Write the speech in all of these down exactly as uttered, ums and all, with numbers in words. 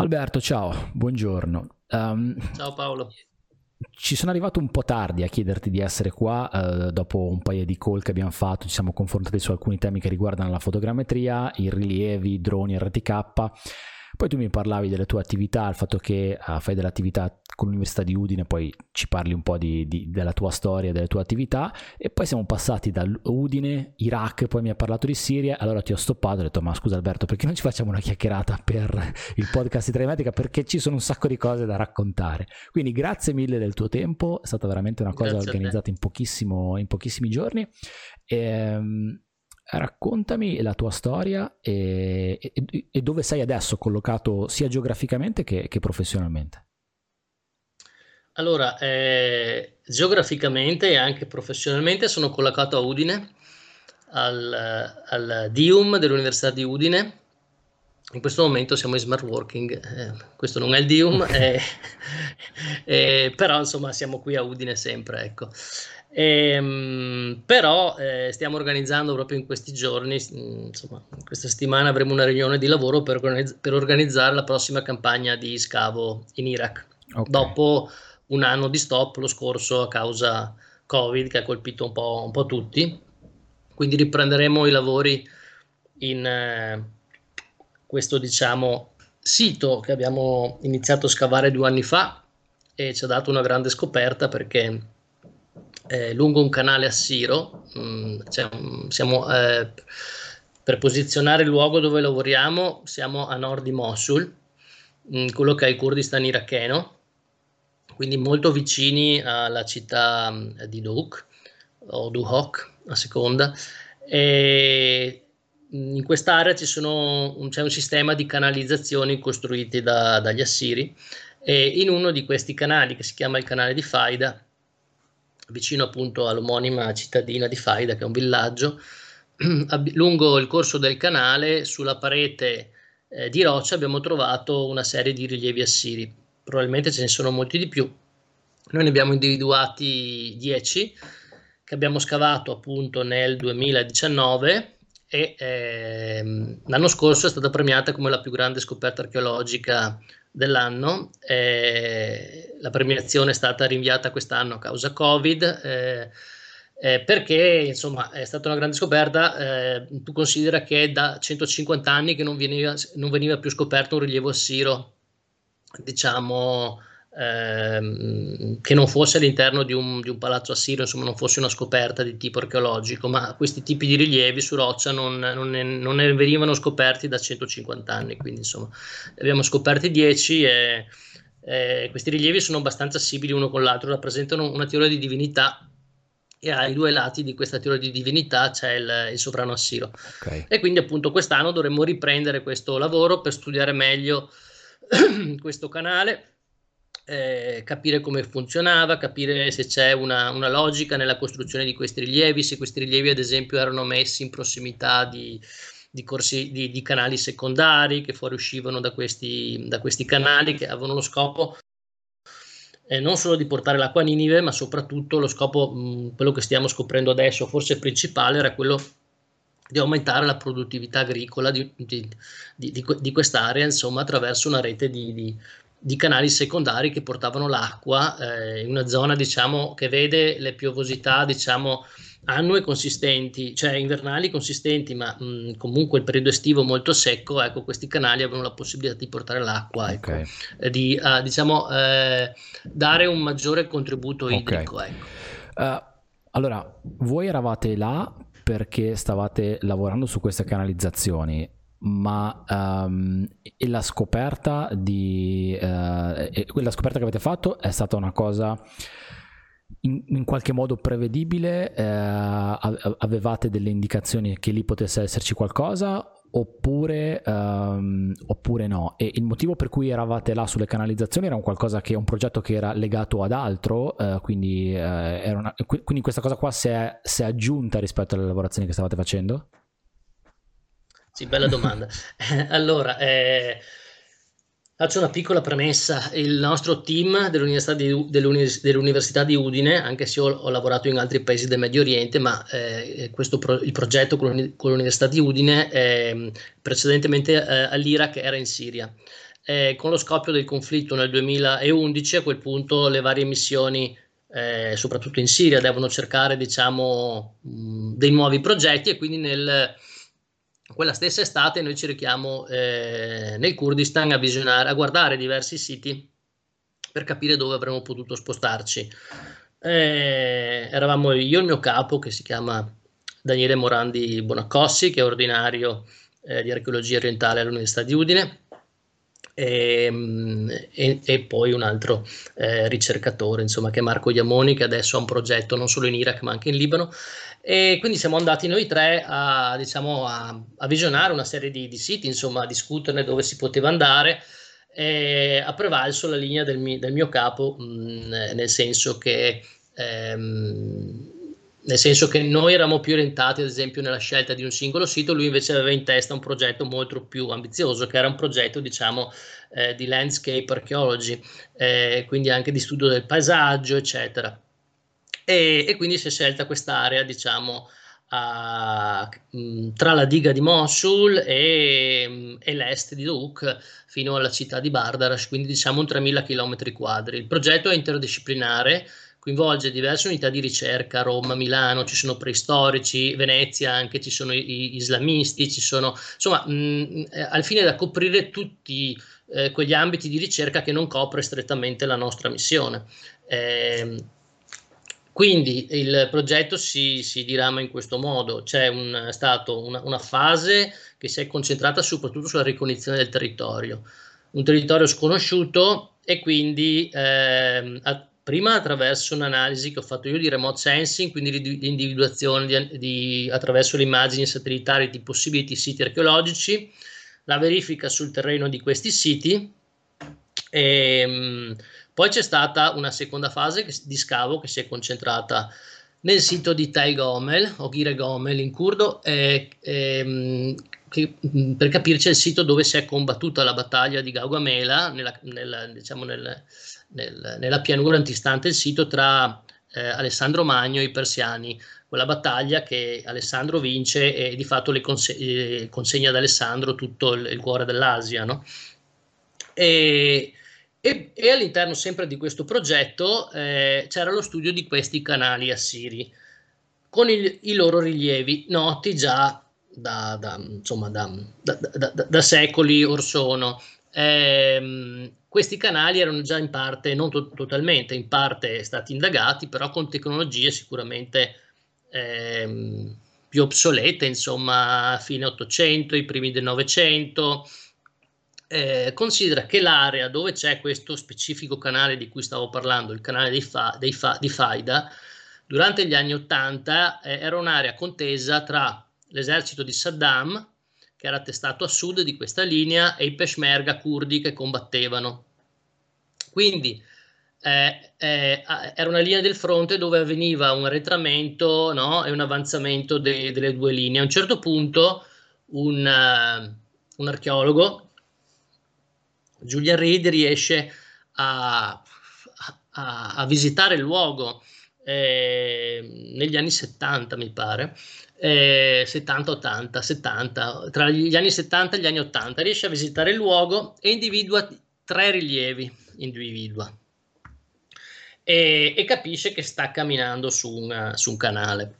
Alberto, ciao, buongiorno. Um, Ciao Paolo. Ci sono arrivato un po' tardi a chiederti di essere qua, eh, dopo un paio di call che abbiamo fatto, ci siamo confrontati su alcuni temi che riguardano la fotogrammetria, i rilievi, droni, R T K. Poi tu mi parlavi delle tue attività, il fatto che uh, fai dell'attività con l'Università di Udine, poi ci parli un po' di, di, della tua storia, delle tue attività, e poi siamo passati da Udine, Iraq, poi mi hai parlato di Siria, allora ti ho stoppato e ho detto ma scusa Alberto, perché non ci facciamo una chiacchierata per il podcast di Telematica, perché ci sono un sacco di cose da raccontare. Quindi grazie mille del tuo tempo, è stata veramente una cosa Grazie a te. organizzata in, pochissimo, in pochissimi giorni. E, raccontami la tua storia e, e, e dove sei adesso collocato sia geograficamente che, che professionalmente. Allora, eh, geograficamente e anche professionalmente sono collocato a Udine, al, al DIUM dell'Università di Udine. In questo momento siamo in smart working, eh, questo non è il DIUM, Okay. eh, eh, però insomma siamo qui a Udine sempre, ecco. Ehm, però eh, stiamo organizzando proprio in questi giorni, insomma, questa settimana avremo una riunione di lavoro per, organizz- per organizzare la prossima campagna di scavo in Iraq. Okay. Dopo un anno di stop lo scorso a causa Covid che ha colpito un po', un po' tutti, quindi riprenderemo i lavori in eh, questo diciamo sito che abbiamo iniziato a scavare due anni fa e ci ha dato una grande scoperta perché eh, lungo un canale assiro, mh, cioè, mh, siamo eh, per posizionare il luogo dove lavoriamo, siamo a nord di Mosul, mh, quello che è il Kurdistan iracheno, quindi molto vicini alla città mh, di Dohuk o Duhok a seconda. E in quest'area ci sono, c'è un sistema di canalizzazioni costruiti da, dagli assiri e in uno di questi canali che si chiama il canale di Faida, vicino appunto all'omonima cittadina di Faida che è un villaggio, lungo il corso del canale sulla parete eh, di roccia abbiamo trovato una serie di rilievi assiri, probabilmente ce ne sono molti di più. Noi ne abbiamo individuati dieci che abbiamo scavato appunto nel duemiladiciannove e ehm, l'anno scorso è stata premiata come la più grande scoperta archeologica dell'anno. Eh, la premiazione è stata rinviata quest'anno a causa Covid. Eh, eh, perché insomma è stata una grande scoperta. Eh, tu considera che è da centocinquanta anni che non veniva, non veniva più scoperto un rilievo assiro, diciamo, ehm, che non fosse all'interno di un, di un palazzo assiro, insomma non fosse una scoperta di tipo archeologico, ma questi tipi di rilievi su roccia non, non, ne, non ne venivano scoperti da centocinquanta anni, quindi insomma ne abbiamo scoperti dieci e eh, questi rilievi sono abbastanza simili uno con l'altro, rappresentano una teoria di divinità e ai due lati di questa teoria di divinità c'è il, il sovrano assiro. Okay. E quindi appunto quest'anno dovremmo riprendere questo lavoro per studiare meglio questo canale, eh, capire come funzionava, capire se c'è una, una logica nella costruzione di questi rilievi, se questi rilievi ad esempio erano messi in prossimità di, di, corsi, di, di canali secondari che fuoriuscivano da questi, da questi canali che avevano lo scopo eh, non solo di portare l'acqua a Ninive, ma soprattutto lo scopo, mh, quello che stiamo scoprendo adesso, forse principale, era quello di aumentare la produttività agricola di, di, di, di, di quest'area, insomma, attraverso una rete di, di, di canali secondari che portavano l'acqua eh, in una zona, diciamo, che vede le piovosità, diciamo, annue consistenti, cioè invernali consistenti, ma mh, comunque il periodo estivo molto secco. Ecco, questi canali avevano la possibilità di portare l'acqua, ecco, Okay. eh, di uh, diciamo eh, dare un maggiore contributo Okay. idrico, ecco. Uh, allora, voi eravate là perché stavate lavorando su queste canalizzazioni, ma um, e la scoperta di uh, e quella scoperta che avete fatto è stata una cosa in, in qualche modo prevedibile? Uh, avevate delle indicazioni che lì potesse esserci qualcosa? Oppure, um, oppure no? E il motivo per cui eravate là sulle canalizzazioni era un qualcosa che un progetto che era legato ad altro, uh, quindi, uh, era una, quindi questa cosa qua si è, si è aggiunta rispetto alle lavorazioni che stavate facendo? Sì, bella domanda. Allora, eh, faccio una piccola premessa. Il nostro team dell'Università di, dell'Uni- dell'Università di Udine, anche se io ho lavorato in altri paesi del Medio Oriente, ma eh, questo pro- il progetto con, l'Uni- con l'Università di Udine eh, precedentemente eh, all'Iraq era in Siria. eh, con lo scoppio del conflitto nel duemilaundici, a quel punto le varie missioni, eh, soprattutto in Siria, devono cercare, diciamo, mh, dei nuovi progetti, e quindi nel, quella stessa estate noi ci rechiamo eh, nel Kurdistan a visionare, a guardare diversi siti per capire dove avremmo potuto spostarci. Eh, eravamo io e il mio capo, che si chiama Daniele Morandi Bonaccossi, che è ordinario eh, di archeologia orientale all'Università di Udine, e, e, e poi un altro eh, ricercatore, insomma, che è Marco Iamoni, che adesso ha un progetto non solo in Iraq ma anche in Libano. E quindi siamo andati noi tre a, diciamo, a, a visionare una serie di, di siti, insomma, a discuterne dove si poteva andare. E ha prevalso la linea del, mi, del mio capo, mh, nel senso che ehm, nel senso che noi eravamo più orientati, ad esempio, nella scelta di un singolo sito. Lui invece aveva in testa un progetto molto più ambizioso, che era un progetto, diciamo, eh, di landscape archaeology, eh, quindi anche di studio del paesaggio, eccetera. E, e quindi si è scelta quest'area, diciamo, a, mh, tra la diga di Mosul e, e l'est di Dohuk, fino alla città di Bardarash, quindi diciamo un tremila chilometri quadri. Il progetto è interdisciplinare, coinvolge diverse unità di ricerca, Roma, Milano, ci sono preistorici, Venezia anche, ci sono i, islamisti, ci sono, insomma, mh, al fine da coprire tutti eh, quegli ambiti di ricerca che non copre strettamente la nostra missione. Eh, quindi il progetto si, si dirama in questo modo: c'è un, stato una, una fase che si è concentrata soprattutto sulla ricognizione del territorio, un territorio sconosciuto, e quindi eh, a, prima attraverso un'analisi che ho fatto io di remote sensing, quindi l'individuazione di, di, attraverso le immagini satellitari di possibili siti archeologici, la verifica sul terreno di questi siti, e mh, poi c'è stata una seconda fase che, di scavo, che si è concentrata nel sito di Tel Gomel o Gire Gomel in curdo, eh, eh, che, per capirci, è il sito dove si è combattuta la battaglia di Gaugamela, nella, nella, diciamo nel, nel, nella pianura antistante il sito, tra eh, Alessandro Magno e i persiani. Quella battaglia che Alessandro vince e di fatto le conse eh, consegna ad Alessandro tutto il, il cuore dell'Asia, no? E, e, e all'interno sempre di questo progetto eh, c'era lo studio di questi canali assiri con il, i loro rilievi noti già da, da, insomma, da, da, da, da secoli or sono. Eh, questi canali erano già in parte, non to totalmente, in parte stati indagati, però con tecnologie sicuramente eh, più obsolete, insomma, a fine Ottocento, i primi del Novecento. Eh, considera che l'area dove c'è questo specifico canale di cui stavo parlando, il canale dei Fa, dei Fa, di Faida, durante gli anni ottanta eh, era un'area contesa tra l'esercito di Saddam, che era attestato a sud di questa linea, e i peshmerga curdi che combattevano. Quindi eh, eh, era una linea del fronte dove avveniva un arretramento, no, e un avanzamento de delle due linee. A un certo punto un, uh, un archeologo, Julian Reed, riesce a, a, a visitare il luogo eh, negli anni settanta, mi pare, eh, settanta, ottanta, settanta, tra gli anni settanta e gli anni ottanta, riesce a visitare il luogo e individua tre rilievi, individua, e, e capisce che sta camminando su, una, su un canale.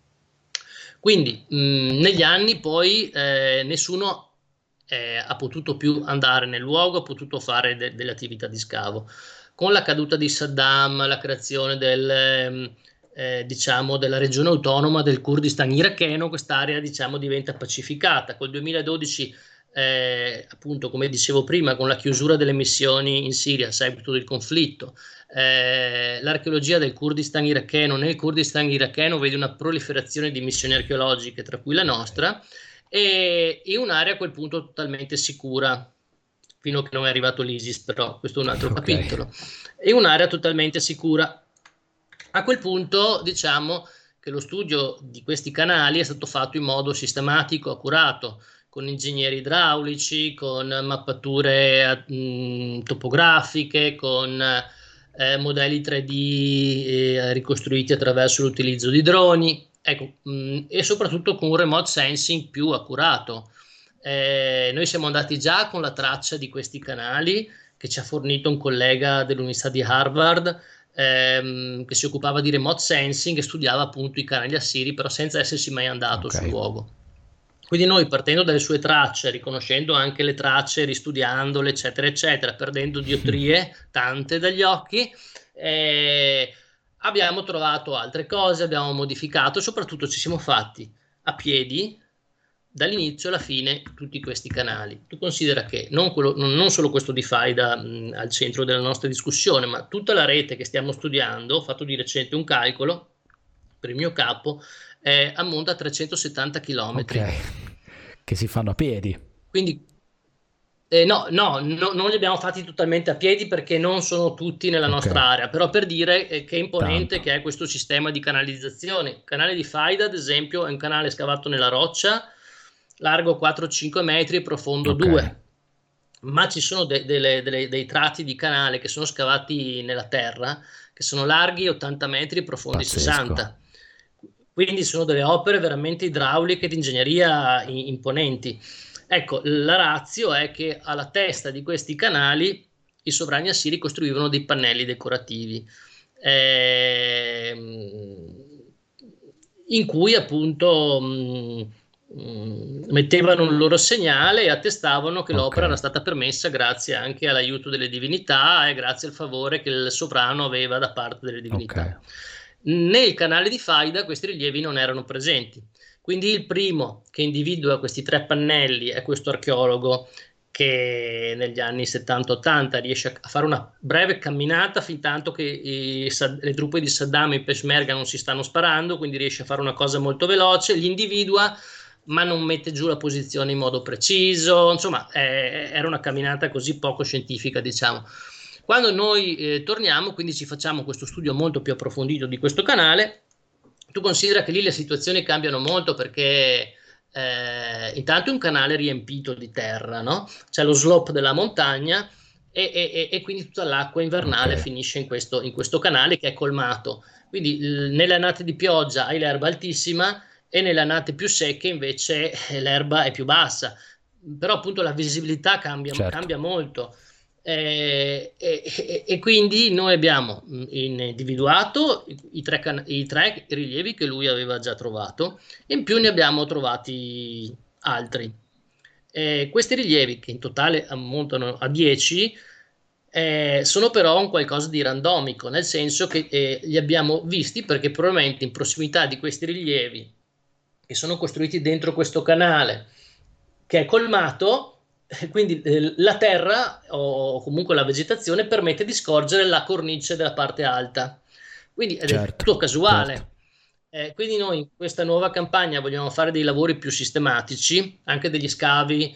Quindi mh, negli anni poi eh, nessuno Eh, ha potuto più andare nel luogo, ha potuto fare de delle attività di scavo. Con la caduta di Saddam, la creazione del, eh, diciamo, della regione autonoma del Kurdistan iracheno, quest'area, diciamo, diventa pacificata. Col duemiladodici, eh, appunto, come dicevo prima, con la chiusura delle missioni in Siria a seguito del conflitto, eh, l'archeologia del Kurdistan iracheno, nel Kurdistan iracheno vede una proliferazione di missioni archeologiche, tra cui la nostra, e, e un'area a quel punto totalmente sicura, fino a che non è arrivato l'ISIS, però questo è un altro okay. capitolo. È un'area totalmente sicura. A quel punto diciamo che lo studio di questi canali è stato fatto in modo sistematico, accurato, con ingegneri idraulici, con mappature mh, topografiche, con eh, modelli tre D eh, ricostruiti attraverso l'utilizzo di droni. Ecco, mh, e soprattutto con un remote sensing più accurato. Eh, noi siamo andati già con la traccia di questi canali che ci ha fornito un collega dell'Università di Harvard, ehm, che si occupava di remote sensing e studiava appunto i canali assiri, però senza essersi mai andato Okay. sul luogo. Quindi noi, partendo dalle sue tracce, riconoscendo anche le tracce, ristudiandole, eccetera, eccetera, perdendo diottrie tante dagli occhi, eh, abbiamo trovato altre cose, abbiamo modificato, soprattutto ci siamo fatti a piedi dall'inizio alla fine tutti questi canali. Tu considera che non, quello, non solo questo di Faida mh, al centro della nostra discussione, ma tutta la rete che stiamo studiando, ho fatto di recente un calcolo per il mio capo, eh, ammonta a trecentosettanta chilometri. Ok, che si fanno a piedi. Quindi eh, no, no, no, non li abbiamo fatti totalmente a piedi perché non sono tutti nella Ok. nostra area, però per dire eh, che imponente Tanto. che è questo sistema di canalizzazione. Il canale di Faida, ad esempio, è un canale scavato nella roccia, largo quattro cinque metri e profondo Ok. due, ma ci sono de- delle- delle- dei tratti di canale che sono scavati nella terra, che sono larghi ottanta metri e profondi Pazzesco. sessanta. Quindi sono delle opere veramente idrauliche di ingegneria i- imponenti. Ecco, la ratio è che alla testa di questi canali i sovrani assiri costruivano dei pannelli decorativi, ehm, in cui appunto mh, mh, mettevano il loro segnale e attestavano che Ok. l'opera era stata permessa grazie anche all'aiuto delle divinità e grazie al favore che il sovrano aveva da parte delle divinità. Ok. Nel canale di Faida questi rilievi non erano presenti. Quindi il primo che individua questi tre pannelli è questo archeologo che negli anni settanta ottanta riesce a fare una breve camminata fin tanto che i, le truppe di Saddam e i Peshmerga non si stanno sparando, quindi riesce a fare una cosa molto veloce, li individua ma non mette giù la posizione in modo preciso, insomma eh, era una camminata così poco scientifica, diciamo. Quando noi eh, torniamo, quindi ci facciamo questo studio molto più approfondito di questo canale, tu considera che lì le situazioni cambiano molto perché eh, intanto è un canale riempito di terra, no? C'è lo slope della montagna e, e, e quindi tutta l'acqua invernale Ok. finisce in questo, in questo canale che è colmato. Quindi l- nelle annate di pioggia hai l'erba altissima e nelle annate più secche invece eh, l'erba è più bassa, però appunto la visibilità cambia, Certo. cambia molto. Eh, e, e- e quindi noi abbiamo mh, individuato i, i tre can- i tre rilievi che lui aveva già trovato, e in più ne abbiamo trovati altri. Eh, questi rilievi, che in totale ammontano a dieci, eh, sono però un qualcosa di randomico, nel senso che eh, li abbiamo visti perché probabilmente in prossimità di questi rilievi, che sono costruiti dentro questo canale, che è colmato, quindi eh, la terra o comunque la vegetazione permette di scorgere la cornice della parte alta. Quindi ed è Certo. tutto casuale. Certo. Eh, quindi noi in questa nuova campagna vogliamo fare dei lavori più sistematici, anche degli scavi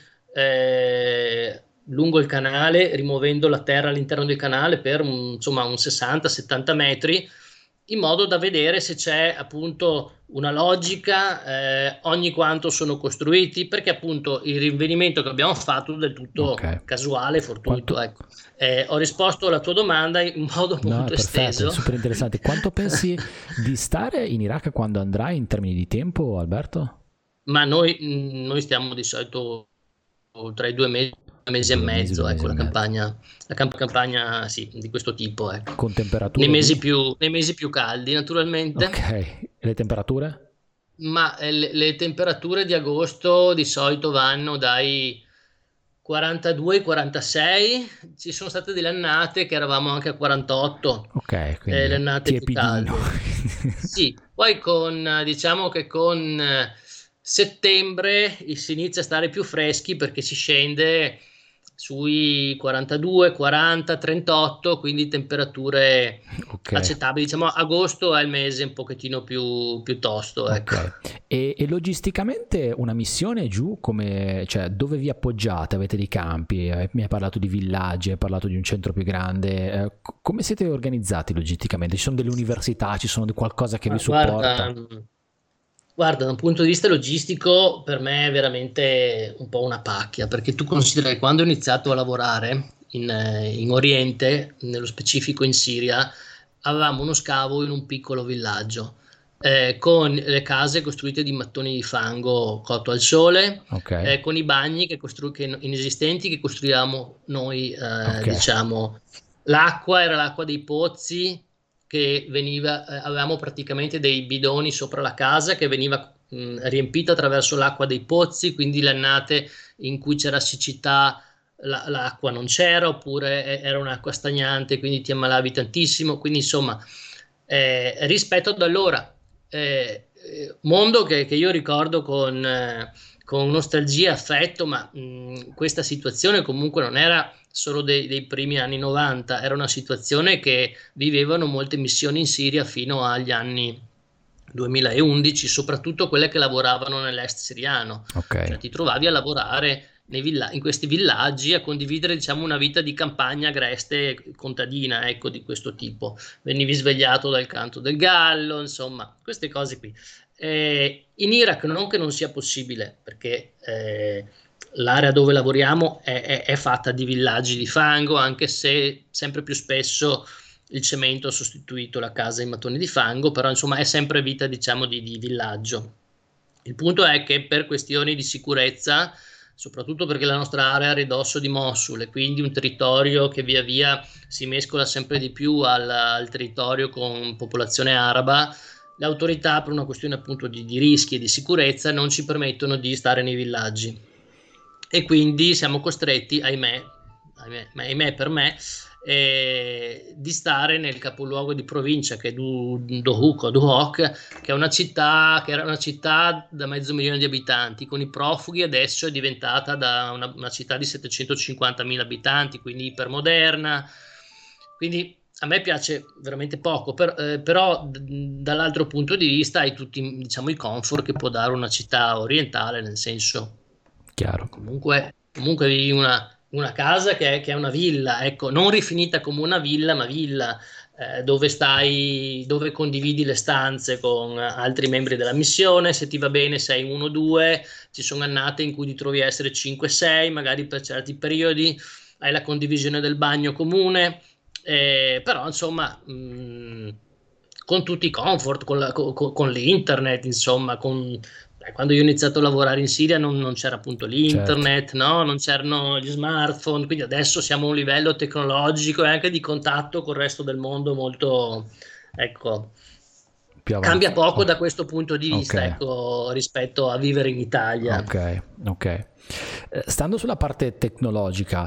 eh, lungo il canale, rimuovendo la terra all'interno del canale per un, insomma, un sessanta settanta metri, in modo da vedere se c'è appunto una logica eh, ogni quanto sono costruiti, perché appunto il rinvenimento che abbiamo fatto è del tutto Ok. casuale, fortuito. Quanto... Ecco. Eh, ho risposto alla tua domanda in modo No, è molto perfetto, è esteso. super interessante. Quanto pensi di stare in Iraq quando andrai in termini di tempo, Alberto? Ma noi, noi stiamo di solito tra i due mesi, due mesi e Due mesi, mezzo, due mesi ecco, e la mezzo. campagna, la camp- campagna sì, di questo tipo, ecco. Con Nei temperature mesi di... più, nei mesi più caldi, naturalmente. Ok, e le temperature? Ma eh, le, le temperature di agosto di solito vanno dai quarantadue ai quarantasei, ci sono state delle annate che eravamo anche a quarantotto, Ok, eh, le quindi annate più tiepidino. calde. Sì, poi con, eh, diciamo che con eh, settembre si inizia a stare più freschi perché si scende sui quarantadue, quaranta, trentotto, quindi temperature Ok, accettabili. Diciamo agosto è il mese un pochettino più, più tosto, ecco. ok. E, e logisticamente una missione giù, come, cioè, dove vi appoggiate? Avete dei campi? Eh, Mi hai parlato di villaggi, hai parlato di un centro più grande. Eh, co- come siete organizzati logisticamente? Ci sono delle università, ci sono di qualcosa che Ma vi guarda, supporta? guarda, da un punto di vista logistico per me è veramente un po' una pacchia, perché tu consideri che quando ho iniziato a lavorare in, eh, in Oriente, nello specifico in Siria, avevamo uno scavo in un piccolo villaggio. eh, con le case costruite di mattoni di fango cotto al sole, Ok, eh, con i bagni che costru- che no- inesistenti che costruivamo noi, eh, ok, diciamo. L'acqua era l'acqua dei pozzi che veniva, eh, avevamo praticamente dei bidoni sopra la casa che veniva mh, riempita attraverso l'acqua dei pozzi, quindi le annate in cui c'era siccità la- l'acqua non c'era, oppure e- era un'acqua stagnante, quindi ti ammalavi tantissimo. Quindi insomma, eh, rispetto ad allora, eh, eh, mondo che, che io ricordo con, eh, con nostalgia e affetto, ma mh, questa situazione comunque non era solo dei, dei primi anni novanta, era una situazione che vivevano molte missioni in Siria fino agli anni duemilaundici, soprattutto quelle che lavoravano nell'est siriano, ok, cioè ti trovavi a lavorare nei villa- in questi villaggi, a condividere, diciamo, una vita di campagna agreste contadina, ecco, di questo tipo. Venivi svegliato dal canto del gallo, insomma, queste cose qui. Eh, in Iraq non che non sia possibile, perché eh, l'area dove lavoriamo è, è- è fatta di villaggi di fango, anche se sempre più spesso il cemento ha sostituito la casa in mattoni di fango, però insomma è sempre vita, diciamo, di, di villaggio. Il punto è che per questioni di sicurezza, soprattutto perché la nostra area è a ridosso di Mosul e quindi un territorio che via via si mescola sempre di più al, al territorio con popolazione araba, le autorità, per una questione appunto di, di rischi e di sicurezza, non ci permettono di stare nei villaggi. E quindi siamo costretti, ahimè, ahimè, ma ahimè per me, eh, di stare nel capoluogo di provincia che è Du- Dohuk o Duhok, che è una città che era una città da mezzo milione di abitanti. Con i profughi adesso è diventata da una, una città di settecentocinquantamila abitanti, quindi ipermoderna. Quindi a me piace veramente poco, per- eh, però d- dall'altro punto di vista hai tutti, diciamo, i comfort che può dare una città orientale, nel senso chiaro. comunque, comunque vivi una, una casa che è, che è una villa, ecco, non rifinita come una villa, ma villa, eh, dove stai, dove condividi le stanze con altri membri della missione. Se ti va bene sei uno o due, ci sono annate in cui ti trovi a essere cinque sei, magari per certi periodi hai la condivisione del bagno comune, eh, però insomma, mh, con tutti i comfort, con, la- con- con l'internet, insomma, con eh, quando io ho iniziato a lavorare in Siria non, non c'era appunto Certo, l'internet, no? Non c'erano gli smartphone, quindi adesso siamo a un livello tecnologico e anche di contatto col resto del mondo molto, ecco, più cambia avanzato. poco Oh, da questo punto di vista, ok. ecco, rispetto a vivere in Italia. Ok, ok. Eh, Stando sulla parte tecnologica,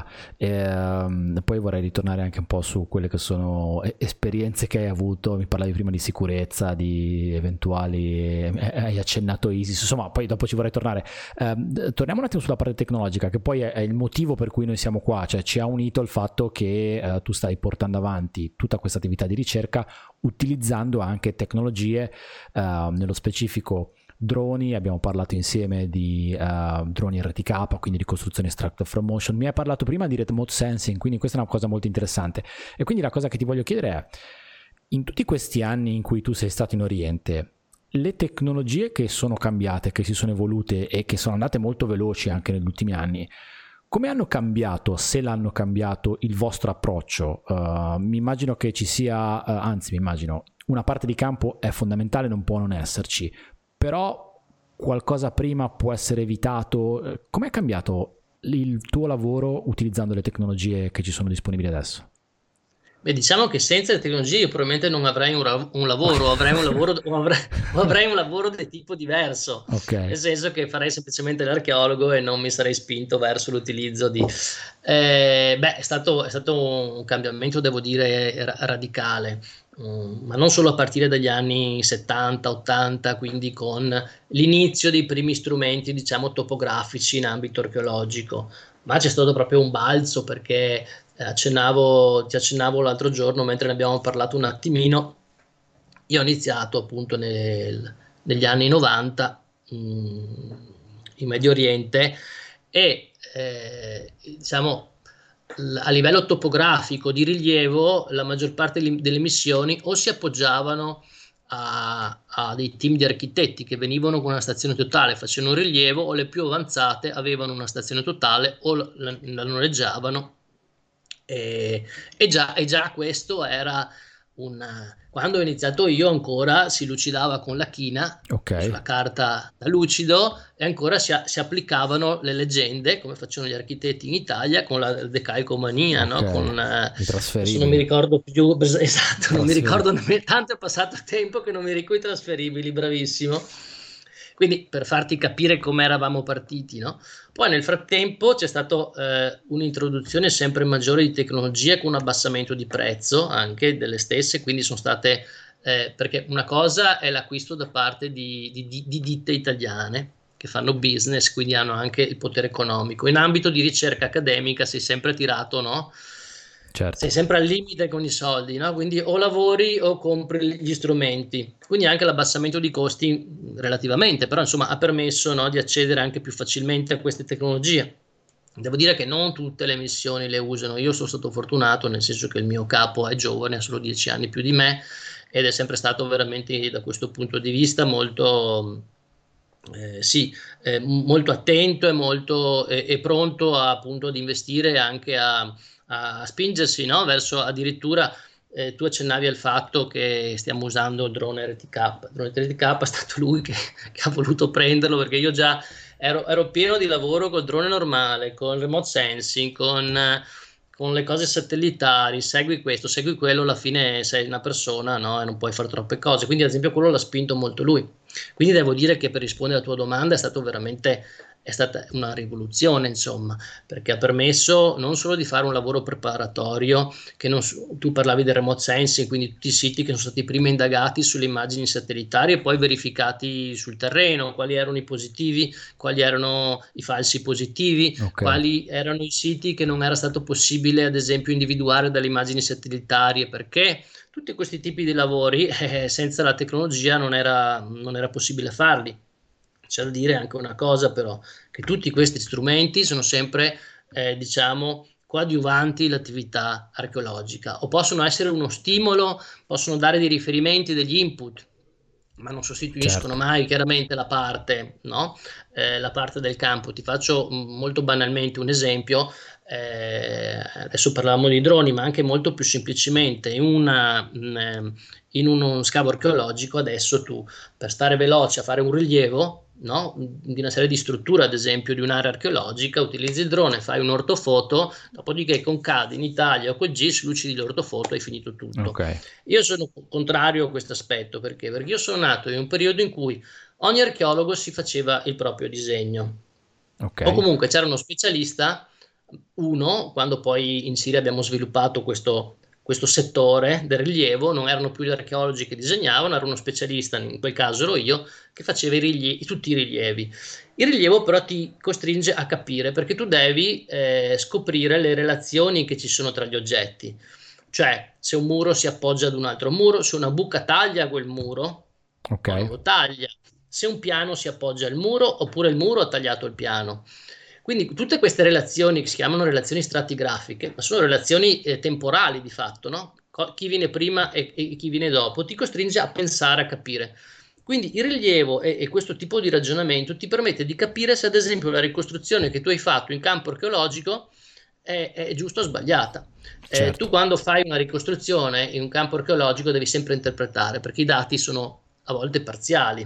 ehm, poi vorrei ritornare anche un po' su quelle che sono eh, esperienze che hai avuto. Mi parlavi prima di sicurezza, di eventuali, eh, hai accennato ISIS, insomma, poi dopo ci vorrei tornare. Ehm, torniamo un attimo sulla parte tecnologica, che poi è, è il motivo per cui noi siamo qua, cioè ci ha unito il fatto che eh, tu stai portando avanti tutta questa attività di ricerca utilizzando anche tecnologie, eh, nello specifico droni, abbiamo parlato insieme di uh, droni R T K, quindi ricostruzione extractor from motion. Mi hai parlato prima di remote sensing, quindi questa è una cosa molto interessante. E quindi la cosa che ti voglio chiedere è, in tutti questi anni in cui tu sei stato in Oriente, le tecnologie che sono cambiate, che si sono evolute e che sono andate molto veloci anche negli ultimi anni, come hanno cambiato, se l'hanno cambiato, il vostro approccio? Uh, mi immagino che ci sia, uh, anzi mi immagino, una parte di campo è fondamentale, non può non esserci, però qualcosa prima può essere evitato. Com'è cambiato il tuo lavoro utilizzando le tecnologie che ci sono disponibili adesso? Beh, diciamo che senza le tecnologie io probabilmente non avrei un, ra- un lavoro, avrei un lavoro, o avrei, o avrei un lavoro di tipo diverso, Ok, nel senso che farei semplicemente l'archeologo e non mi sarei spinto verso l'utilizzo di... Eh, beh, è stato, è stato un cambiamento, devo dire, ra- radicale, mm, ma non solo a partire dagli anni settanta ottanta, quindi con l'inizio dei primi strumenti, diciamo, topografici in ambito archeologico, ma c'è stato proprio un balzo perché eh, accennavo, ti accennavo l'altro giorno mentre ne abbiamo parlato un attimino. Io ho iniziato appunto nel- negli anni novanta mh, in Medio Oriente e eh, diciamo l- a livello topografico di rilievo la maggior parte li- delle missioni o si appoggiavano a, a dei team di architetti che venivano con una stazione totale, facevano un rilievo, o le più avanzate avevano una stazione totale o la, la noleggiavano, e, e già, e già questo era un... Quando ho iniziato io ancora si lucidava con la china, Ok. sulla carta da lucido, e ancora si, a- si applicavano le leggende, come facevano gli architetti in Italia, con la decalcomania, Ok, no? Con, eh, i adesso non mi trasferibili. ricordo più, esatto, non mi Trasferi- ricordo, nemmeno- tanto è passato tempo che non mi ricordo i trasferibili, bravissimo. Quindi per farti capire come eravamo partiti, no? Poi nel frattempo c'è stata eh, un'introduzione sempre maggiore di tecnologie con un abbassamento di prezzo anche delle stesse, quindi sono state, eh, perché una cosa è l'acquisto da parte di, di, di, di ditte italiane che fanno business, quindi hanno anche il potere economico. In ambito di ricerca accademica sei sempre tirato, no? Certo, Sei sempre al limite con i soldi, no? Quindi o lavori o compri gli strumenti. Quindi anche l'abbassamento di costi relativamente, però insomma ha permesso, no, di accedere anche più facilmente a queste tecnologie. Devo dire che non tutte le missioni le usano. Io sono stato fortunato nel senso che il mio capo è giovane, ha solo dieci anni più di me ed è sempre stato veramente da questo punto di vista molto, eh, sì, eh, molto attento e molto eh, e pronto a, appunto ad investire anche a, a spingersi, no, verso addirittura eh, tu accennavi al fatto che stiamo usando il drone R T K. Il drone R T K è stato lui che, che ha voluto prenderlo perché io già ero, ero pieno di lavoro col drone normale, con il remote sensing, con, eh, con le cose satellitari, segui questo, segui quello, alla fine sei una persona, no? E non puoi fare troppe cose. Quindi, ad esempio, quello l'ha spinto molto lui. Quindi devo dire che per rispondere alla tua domanda è stato veramente è stata una rivoluzione, insomma, perché ha permesso non solo di fare un lavoro preparatorio, che non, tu parlavi del remote sensing, quindi tutti i siti che sono stati prima indagati sulle immagini satellitari e poi verificati sul terreno, quali erano i positivi, quali erano i falsi positivi, ok, quali erano i siti che non era stato possibile, ad esempio, individuare dalle immagini satellitari e perché. Tutti questi tipi di lavori eh, senza la tecnologia non era, non era possibile farli. C'è da dire anche una cosa però, che tutti questi strumenti sono sempre, eh, diciamo, coadiuvanti l'attività archeologica o possono essere uno stimolo, possono dare dei riferimenti, degli input, ma non sostituiscono certo. mai chiaramente la parte, no? Eh, la parte del campo. Ti faccio mh, molto banalmente un esempio. Eh, adesso parlavamo di droni, ma anche molto più semplicemente in, una, mh, in uno scavo archeologico adesso tu per stare veloce a fare un rilievo, no? Di una serie di strutture, ad esempio di un'area archeologica, utilizzi il drone, fai un ortofoto, dopodiché con C A D in Italia o con G I S lucidi l'ortofoto e hai finito tutto. Ok, Io sono contrario a questo aspetto perché? Perché io sono nato in un periodo in cui ogni archeologo si faceva il proprio disegno ok, o comunque c'era uno specialista, uno, quando poi in Siria abbiamo sviluppato questo, questo settore del rilievo, non erano più gli archeologi che disegnavano, era uno specialista, in quel caso ero io, che faceva i rilievi, tutti i rilievi. Il rilievo però ti costringe a capire perché tu devi eh, scoprire le relazioni che ci sono tra gli oggetti, cioè se un muro si appoggia ad un altro muro, se una buca taglia quel muro ok, o non lo taglia, se un piano si appoggia al muro oppure il muro ha tagliato il piano. Quindi tutte queste relazioni che si chiamano relazioni stratigrafiche, ma sono relazioni eh, temporali di fatto, no? Co- chi viene prima e, e chi viene dopo, ti costringe a pensare, a capire. Quindi il rilievo e, e questo tipo di ragionamento ti permette di capire se ad esempio la ricostruzione che tu hai fatto in campo archeologico è, è giusta o sbagliata. Eh, tu certo, quando fai una ricostruzione in un campo archeologico devi sempre interpretare perché i dati sono a volte parziali,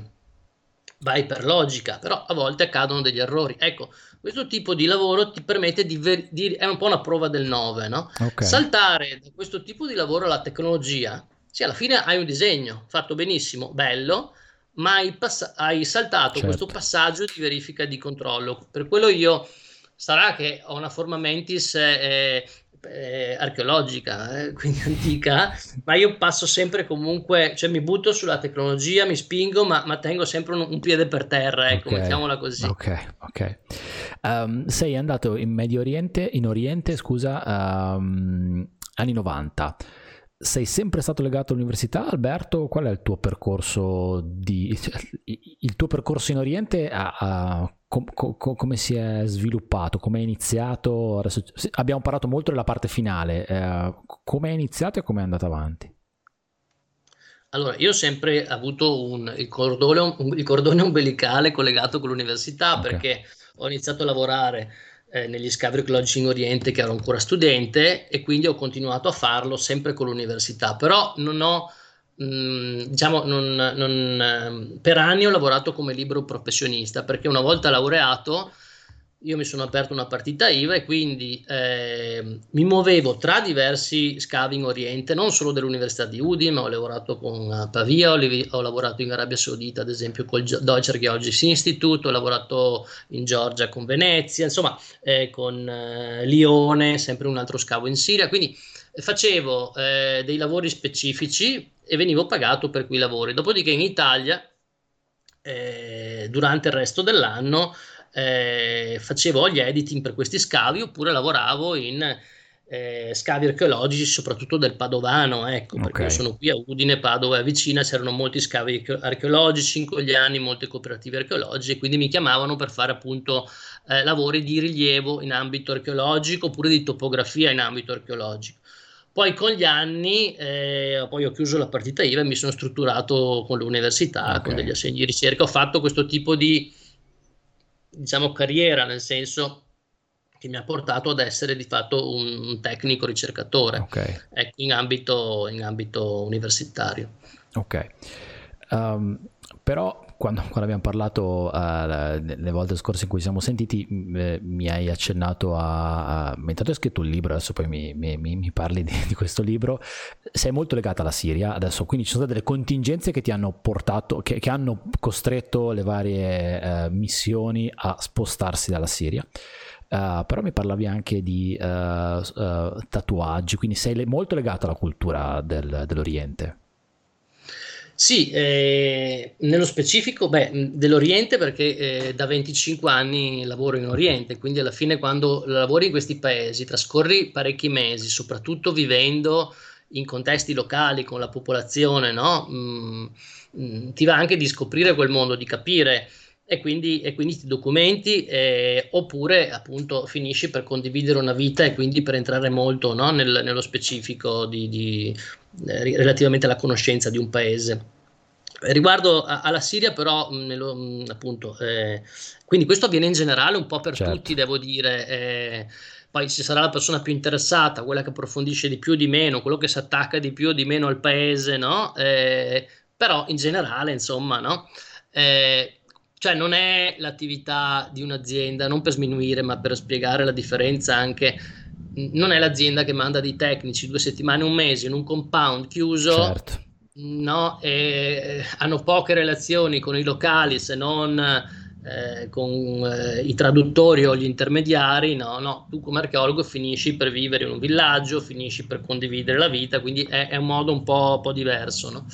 vai per logica, però a volte accadono degli errori. Ecco, questo tipo di lavoro ti permette di, ver- di è un po' una prova del nove, no? ok, Saltare da questo tipo di lavoro alla tecnologia, sì, alla fine hai un disegno fatto benissimo, bello, ma hai, pass- hai saltato questo certo. passaggio di verifica e di controllo. Per quello io sarà che ho una forma mentis eh, eh, archeologica, eh, quindi antica, ma io passo sempre comunque, cioè mi butto sulla tecnologia, mi spingo, ma, ma tengo sempre un, un piede per terra, ecco, Ok, mettiamola così. ok, ok. Um, sei andato in Medio Oriente, in Oriente, scusa, um, anni novanta. Sei sempre stato legato all'università, Alberto? Qual è il tuo percorso di... cioè, il tuo percorso in Oriente a, a, com, com, come si è sviluppato? Come è iniziato? Adesso, abbiamo parlato molto della parte finale. Eh, come è iniziato e come è andato avanti? Allora, io ho sempre avuto un, il cordone, un- il cordone ombelicale collegato con l'università Ok, perché ho iniziato a lavorare eh, negli scavi archeologici in Oriente che ero ancora studente e quindi ho continuato a farlo sempre con l'università, però non ho, mh, diciamo, non, non, per anni ho lavorato come libero professionista, perché una volta laureato io mi sono aperto una partita I V A e quindi eh, mi muovevo tra diversi scavi in Oriente, non solo dell'Università di Udine, ma ho lavorato con Pavia, ho, ho lavorato in Arabia Saudita, ad esempio col Deutscher Geologisch Institute, ho lavorato in Georgia con Venezia, insomma, eh, con eh, Lione, sempre un altro scavo in Siria, quindi facevo eh, dei lavori specifici e venivo pagato per quei lavori. Dopodiché in Italia, eh, durante il resto dell'anno, eh, facevo gli editing per questi scavi oppure lavoravo in eh, scavi archeologici, soprattutto del Padovano, ecco, perché io Ok. sono qui a Udine, Padova è vicina, c'erano molti scavi archeologici in quegli anni, molte cooperative archeologiche, quindi mi chiamavano per fare appunto eh, lavori di rilievo in ambito archeologico oppure di topografia in ambito archeologico. Poi con gli anni, eh, poi ho chiuso la partita I V A e mi sono strutturato con l'università, Ok. con degli assegni di ricerca. Ho fatto questo tipo di, diciamo, carriera, nel senso che mi ha portato ad essere di fatto un, un tecnico ricercatore, Ok. ecco, in ambito, in ambito universitario. Ok. Um, però quando, quando abbiamo parlato uh, le volte scorse in cui siamo sentiti, eh, mi hai accennato a, a mentre tu hai scritto un libro, adesso poi mi, mi, mi parli di, di questo libro, sei molto legata alla Siria adesso, quindi ci sono state delle contingenze che ti hanno portato, che, che hanno costretto le varie uh, missioni a spostarsi dalla Siria. Uh, però mi parlavi anche di uh, uh, tatuaggi, quindi sei le- molto legato alla cultura del, dell'Oriente. Sì, eh, nello specifico, beh, mh, dell'Oriente perché eh, da venticinque anni lavoro in Oriente, quindi alla fine quando lavori in questi paesi trascorri parecchi mesi, soprattutto vivendo in contesti locali con la popolazione, no? Mm, mm, ti va anche di scoprire quel mondo, di capire e quindi, e quindi ti documenti eh, oppure appunto finisci per condividere una vita e quindi per entrare molto, no? Nel- nello specifico di, di, eh, relativamente alla conoscenza di un paese. Riguardo a- alla Siria, però, mh, nello- mh, appunto, eh, quindi questo avviene in generale un po' per Certo. tutti, devo dire. eh, poi ci sarà la persona più interessata, quella che approfondisce di più o di meno, quello che si attacca di più o di meno al paese, no? Eh, però in generale, insomma, no? Eh, cioè non è l'attività di un'azienda, non per sminuire, ma per spiegare la differenza anche, mh, non è l'azienda che manda dei tecnici due settimane, un mese in un compound chiuso, Certo. no, e hanno poche relazioni con i locali se non eh, con eh, i traduttori o gli intermediari, no, no, tu come archeologo finisci per vivere in un villaggio, finisci per condividere la vita, quindi è, è un modo un po', un po' diverso, no?